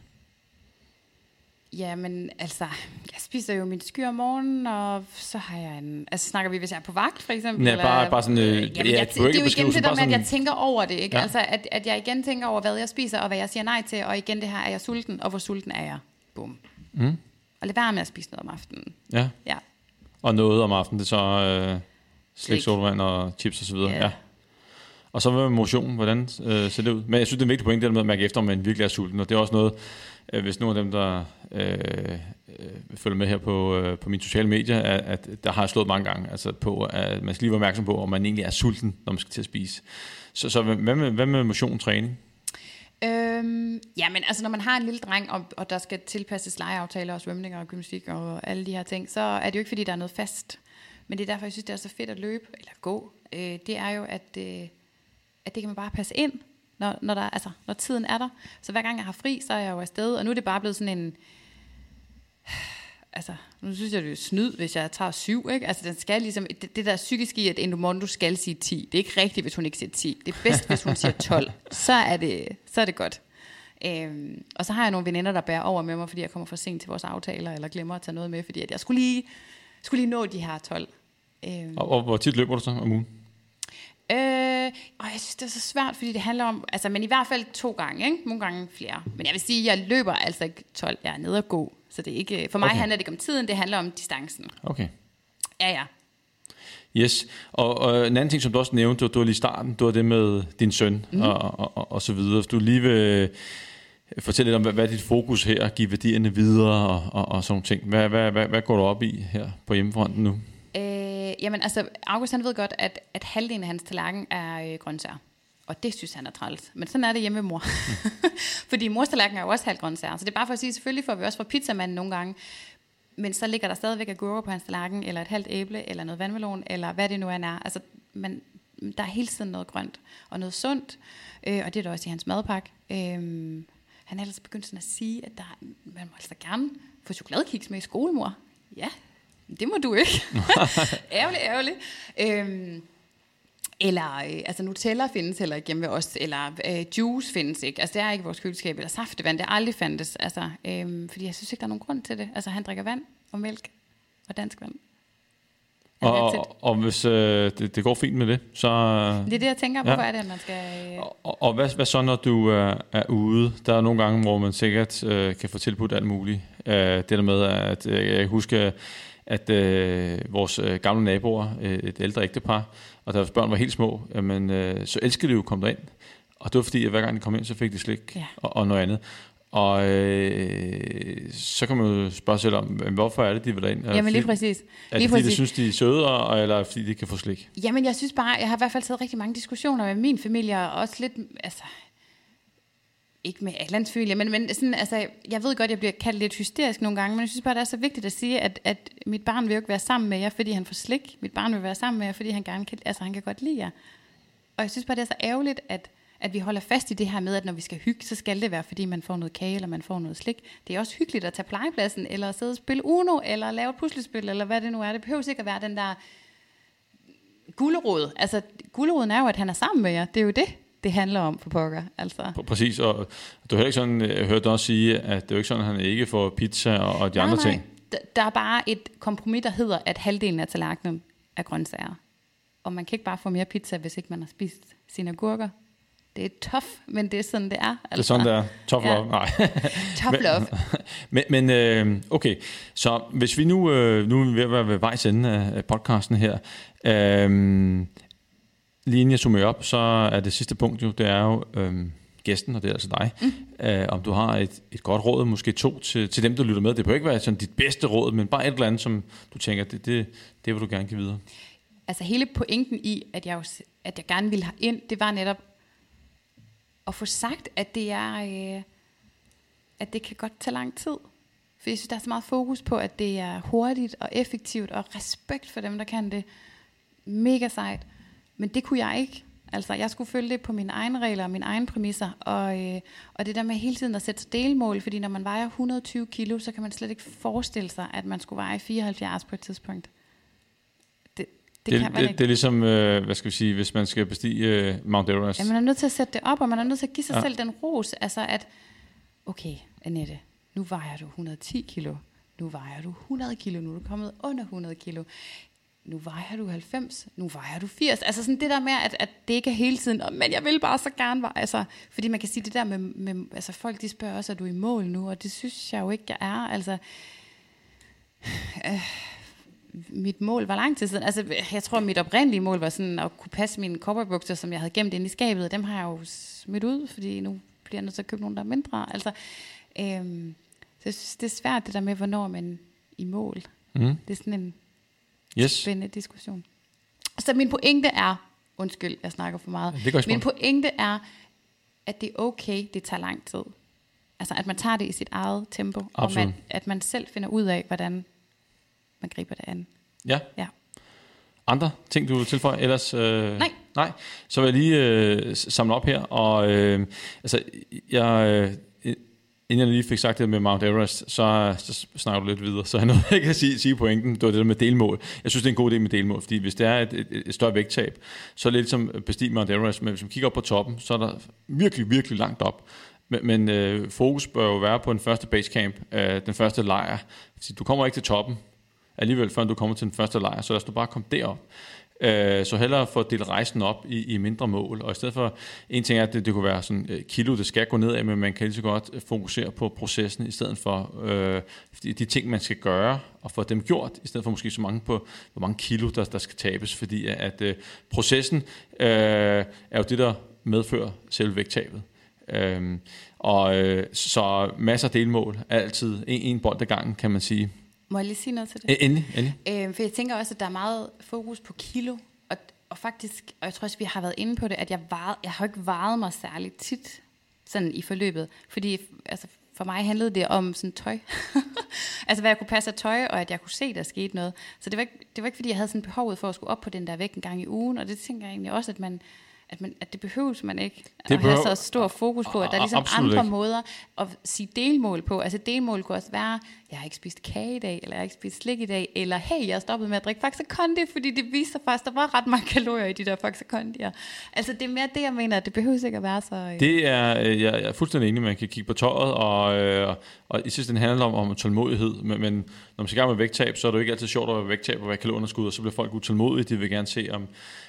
Jamen, altså, jeg spiser jo min skyr om morgenen, og så har jeg en... Altså, snakker vi, hvis jeg er på vagt, for eksempel? Nej, bare, bare sådan... Øh, jamen, jeg, ja, det, det er jo igen det der med, sådan, at jeg tænker over det, ikke? Ja. Altså, at, at jeg igen tænker over, hvad jeg spiser, og hvad jeg siger nej til, og igen det her, er jeg sulten, og hvor sulten er jeg? Bum. Mm. Og lad være med at spise noget om aftenen. Ja. Ja. Og noget om aftenen, det er så øh, slik, sodavand og chips og så videre. Yeah. Ja. Og så med motion, hvordan øh, ser det ud? Men jeg synes, det er en vigtig point, det med at mærke efter, om man virkelig er sulten. Og det er også noget, øh, hvis nogle af dem, der øh, øh, følger med her på, øh, på mine sociale medier, at, at der har jeg slået mange gange altså på, at man skal lige være opmærksom på, om man egentlig er sulten, når man skal til at spise. Så, så hvad, med, hvad med motion og træning? Øhm, ja, men altså når man har en lille dreng, og, og der skal tilpasses legeaftaler og svømning og gymnastik og alle de her ting, så er det jo ikke, fordi der er noget fast. Men det er derfor, jeg synes, det er så fedt at løbe, eller gå. Øh, det er jo, at... Øh, at det kan man bare passe ind, når, når, der, altså, når tiden er der. Så hver gang jeg har fri, så er jeg jo afsted, og nu er det bare blevet sådan en... Altså, nu synes jeg, det er snyd, hvis jeg tager syv, ikke? Altså, den skal ligesom... Det, det der psykiske i, at Endomondo skal sige ti. Det er ikke rigtigt, hvis hun ikke siger ti. Det er bedst, hvis hun siger tolv. Så er det, så er det godt. Øhm, og så har jeg nogle veninder, der bærer over med mig, fordi jeg kommer for sent til vores aftaler, eller glemmer at tage noget med, fordi at jeg skulle lige, skulle lige nå de her tolv. Øhm. Og, og hvor tit løber du så om ugen? Øh, og jeg synes, det er så svært, fordi det handler om, altså, men i hvert fald to gange, ikke? Nogle gange flere. Men jeg vil sige, jeg løber altså ikke tolv, jeg er nede og gå. Så det er ikke, for mig okay. handler det ikke om tiden, det handler om distancen. Okay. Ja, ja. Yes, og, og en anden ting, som du også nævnte, du var lige i starten, det var det med din søn, mm. og, og, og, og så videre. Hvis du lige vil fortælle lidt om, hvad, hvad er dit fokus her, give værdierne videre, og, og, og sådan nogle ting. Hvad, hvad, hvad, hvad går du op i her på hjemmefronten nu? Øh, jamen altså, August han ved godt, at, at halvdelen af hans tallerken er øh, grøntsager. Og det synes han er træls. Men sådan er det hjemme med mor. Fordi mors tallerken er jo også halvt grøntsager. Så det er bare for at sige, selvfølgelig får vi også fra pizzamanden nogle gange. Men så ligger der stadigvæk agurker på hans tallerken, eller et halvt æble, eller noget vandmelon, eller hvad det nu end er. Altså, man, der er hele tiden noget grønt og noget sundt. Øh, og det er der også i hans madpakke. Øh, han er ellers begyndt sådan at sige, at der, man må altså gerne få chokoladekiks med i skole, mor. Ja, det må du ikke. ærgerligt, ærgerligt. Øh, Eller, øh, altså Nutella findes heller ikke hjemme ved os, eller øh, juice findes ikke, altså det er ikke i vores køleskab, eller saftevand, det er aldrig fandtes, altså, øh, fordi jeg synes ikke, der er nogen grund til det. Altså han drikker vand og mælk og dansk vand. Og, og, og hvis øh, det, det går fint med det, så... Det er det, jeg tænker på, ja. Hvor er det, at man skal... Øh... Og, og hvad, hvad så, når du er, er ude? Der er nogle gange, hvor man sikkert øh, kan få tilbudt alt muligt. Øh, det der med, at øh, jeg husker, at øh, vores øh, gamle naboer, øh, et ældre ægtepar, og deres børn var helt små, jamen, øh, så elskede de jo at komme derind. Og det var fordi, at hver gang de kom ind, så fik de slik, ja. og, og noget andet. Og øh, så kan man jo spørge sig om, hvorfor er det, de vil derind? Jamen fordi, lige præcis. Er det lige fordi, præcis. de synes, de er søde, eller fordi de kan få slik? Jamen jeg synes bare, jeg har i hvert fald taget rigtig mange diskussioner med min familie, og også lidt, altså... Ikke med Allands familie, men, men sådan, altså, jeg ved godt, jeg bliver kaldt lidt hysterisk nogle gange, men jeg synes bare, det er så vigtigt at sige, at, at mit barn vil jo ikke være sammen med jer, fordi han får slik. Mit barn vil være sammen med jer, fordi han gerne kan, altså, han kan godt lide jer. Og jeg synes bare, det er så ærgerligt, at, at vi holder fast i det her med, at når vi skal hygge, så skal det være, fordi man får noget kage, eller man får noget slik. Det er også hyggeligt at tage plejepladsen, eller at sidde og spille Uno, eller lave et puslespil, eller hvad det nu er. Det behøver sikkert at være den der gulerod. Altså, guleroden er jo, at han er sammen med jer. Det er jo det. Det handler om for pokker, altså. Præcis, og du har ikke sådan, jeg hørte også sige, at det er jo ikke sådan, at han ikke får pizza og, og de nej, andre nej. ting. Der er bare et kompromis, der hedder, at halvdelen af tallerkenen er grøntsager. Og man kan ikke bare få mere pizza, hvis ikke man har spist sine agurker. Det er tough, men det er sådan, det er. Altså. Det er sådan, det er. Tough love. Ja. Nej. Tough love. men, men øh, okay, så hvis vi nu, øh, nu er vi ved at være ved vejs ende af podcasten her, øh, lige inden jeg summerer op, så er det sidste punkt jo, det er jo øhm, gæsten, og det er altså dig. Mm. Øh, om du har et, et godt råd, måske to, til, til dem, der lytter med. Det behøver ikke være sådan dit bedste råd, men bare et eller andet, som du tænker, det, det, det vil du gerne give videre. Altså hele pointen i, at jeg, jo, at jeg gerne ville have ind, det var netop at få sagt, at det er, øh, at det kan godt tage lang tid. For jeg synes, der er så meget fokus på, at det er hurtigt og effektivt, og respekt for dem, der kan det. Mega sejt. Men det kunne jeg ikke. Altså, jeg skulle følge det på mine egne regler og mine egne præmisser. Og, øh, og det der med hele tiden at sætte sig delmål, fordi når man vejer et hundrede og tyve kilo, så kan man slet ikke forestille sig, at man skulle veje fireoghalvfjerds på et tidspunkt. Det, det, det, kan man det, ikke. det er ligesom, øh, hvad skal vi sige, hvis man skal bestige øh, Mount Everest. Ja, man er nødt til at sætte det op, og man er nødt til at give sig ja. selv den ros. Altså at, okay, Annette, nu vejer du et hundrede og ti kilo. Nu vejer du hundrede kilo. Nu er du kommet under hundrede kilo. Nu vejer du halvfems, nu vejer du firs. Altså sådan det der med, at, at det ikke er hele tiden, oh, men jeg vil bare så gerne veje. Altså, fordi man kan sige det der med, med, altså folk de spørger også, er du i mål nu? Og det synes jeg jo ikke, jeg er. Altså, øh, mit mål var lang tid siden. Altså, jeg tror, mit oprindelige mål var sådan at kunne passe mine cowboybukser, som jeg havde gemt inde i skabet. Dem har jeg jo smidt ud, fordi nu bliver jeg nødt til at købe nogle, der er mindre. Altså, øh, så jeg synes, det er svært det der med, hvornår man i mål. Mm. Det er sådan en yes. spændende diskussion. Så min pointe er, undskyld, jeg snakker for meget. Min pointe er, at det er okay, det tager lang tid. Altså, at man tager det i sit eget tempo, absolut. Og man, at man selv finder ud af, hvordan man griber det an. Ja. Ja. Andre ting, du vil tilføje? Ellers, øh, nej. Nej. Så vil jeg lige øh, samle op her, og øh, altså, jeg... Øh, inden jeg lige fik sagt det med Mount Everest, så, så snakker du lidt videre, så jeg noget, jeg kan sige, sige pointen, det var det der med delmål. Jeg synes, det er en god idé med delmål, fordi hvis det er et, et, et større vægttab, så er det lidt som bestige Mount Everest, men hvis man kigger op på toppen, så er der virkelig, virkelig langt op. Men, men øh, fokus bør jo være på den første basecamp, øh, den første lejr. Du kommer ikke til toppen alligevel, før du kommer til den første lejr, så lad os nu bare komme derop. Så hellere få delt rejsen op i, i mindre mål, og i stedet for, en ting er, at det, det kunne være sådan kilo, det skal gå ned af, men man kan lige så godt fokusere på processen, i stedet for øh, de ting, man skal gøre, og få dem gjort, i stedet for måske så mange på, hvor mange kilo, der, der skal tabes, fordi at øh, processen øh, er jo det, der medfører selve vægttabet. Øh, og øh, så masser af delmål, altid en, en bold ad gangen, kan man sige. Må jeg lige sige noget til det? Endelig, endelig. Øh, for jeg tænker også, at der er meget fokus på kilo, og, og faktisk, og jeg tror også, vi har været inde på det, at jeg, varede, jeg har ikke varet mig særligt tit sådan i forløbet. Fordi altså, for mig handlede det om sådan tøj. Altså hvad jeg kunne passe af tøj, og at jeg kunne se, der skete noget. Så det var ikke, det var ikke fordi, jeg havde sådan behovet for at skulle op på den der vægt en gang i ugen. Og det tænker jeg egentlig også, at man... At, man, at det behøves man ikke det at behøver, have så stor fokus på, at der er ligesom andre ikke. måder at sige delmål på. Altså delmål kunne også være, jeg har ikke spist kage i dag, eller jeg har ikke spist slik i dag, eller hey, jeg har stoppet med at drikke Faxe Kondi, fordi det viser faktisk, der var ret mange kalorier i de der Faxe Kondier. Altså det er mere det, jeg mener, at det behøves ikke at være så... Øh. Det er, jeg er fuldstændig enig, man kan kigge på tøjet, og, øh, og i sidste ende handler om, om tålmodighed, men, men når man skal i gang med vægttab, så er det jo ikke altid sjovt at være vægttab og være kalorunderskud, og så bliver folk utålmodige, de vil gerne se om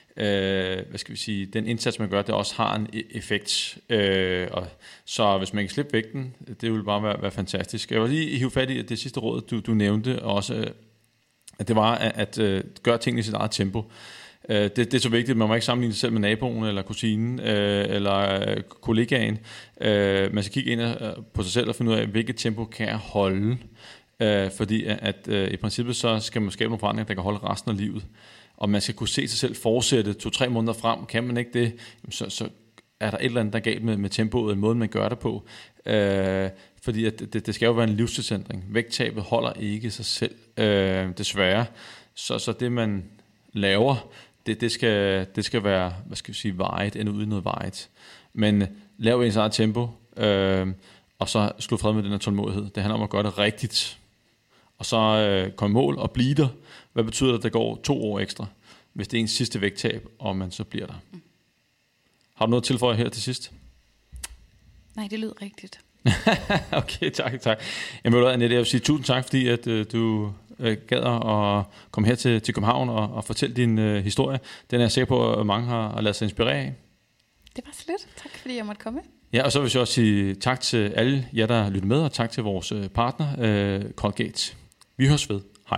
Øh, hvad skal vi sige, den indsats man gør, det også har en effekt, øh, og så hvis man kan slippe vægten, det vil bare være, være fantastisk. Jeg vil lige hive fat i det sidste råd du, du nævnte også, at det var at, at, at gøre tingene i sit eget tempo. øh, det, det er så vigtigt, man må ikke sammenligne sig selv med naboen eller kusinen øh, eller øh, kollegaen. øh, man skal kigge ind på sig selv og finde ud af, hvilket tempo kan jeg holde, øh, fordi at, at øh, i princippet så skal man skabe nogle forandringer, der kan holde resten af livet. Og man skal kunne se sig selv fortsætte to-tre måneder frem. Kan man ikke det, så, så er der et eller andet, der er galt med, med tempoet, en måde, man gør det på. Øh, fordi at det, det skal jo være en livsstilsændring. Vægttabet holder ikke sig selv, øh, desværre. Så, så det, man laver, det, det, skal, det skal være, hvad skal vi sige, vejet, end uden noget vejet. Men lav ens eget tempo, øh, og så slå fred med den her tålmodighed. Det handler om at gøre det rigtigt. Og så øh, komme mål og blive der. Hvad betyder det, at der går to år ekstra, hvis det er ens sidste vægttab, og man så bliver der? Mm. Har du noget at tilføje her til sidst? Nej, det lyder rigtigt. Okay, tak, tak. Jamen, Annette, jeg vil sige tusind tak, fordi at, øh, du øh, gad at komme her til, til København og, og fortælle din øh, historie. Den er jeg sikker på, at mange har, har ladet sig inspirere af. Det var så lidt. Tak, fordi jeg måtte komme. Ja, og så vil jeg også sige tak til alle jer, der lytter med, og tak til vores partner, øh, Colgate. Vi høres ved. Hej.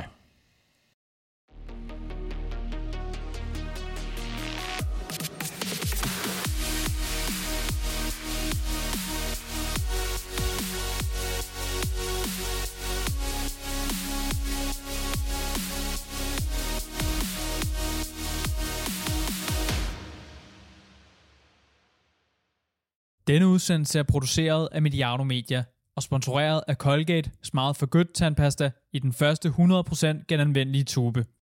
Denne udsendelse er produceret af Mediano Media og sponsoreret af Colgate Smart for Good tandpasta i den første hundrede procent genanvendelige tube.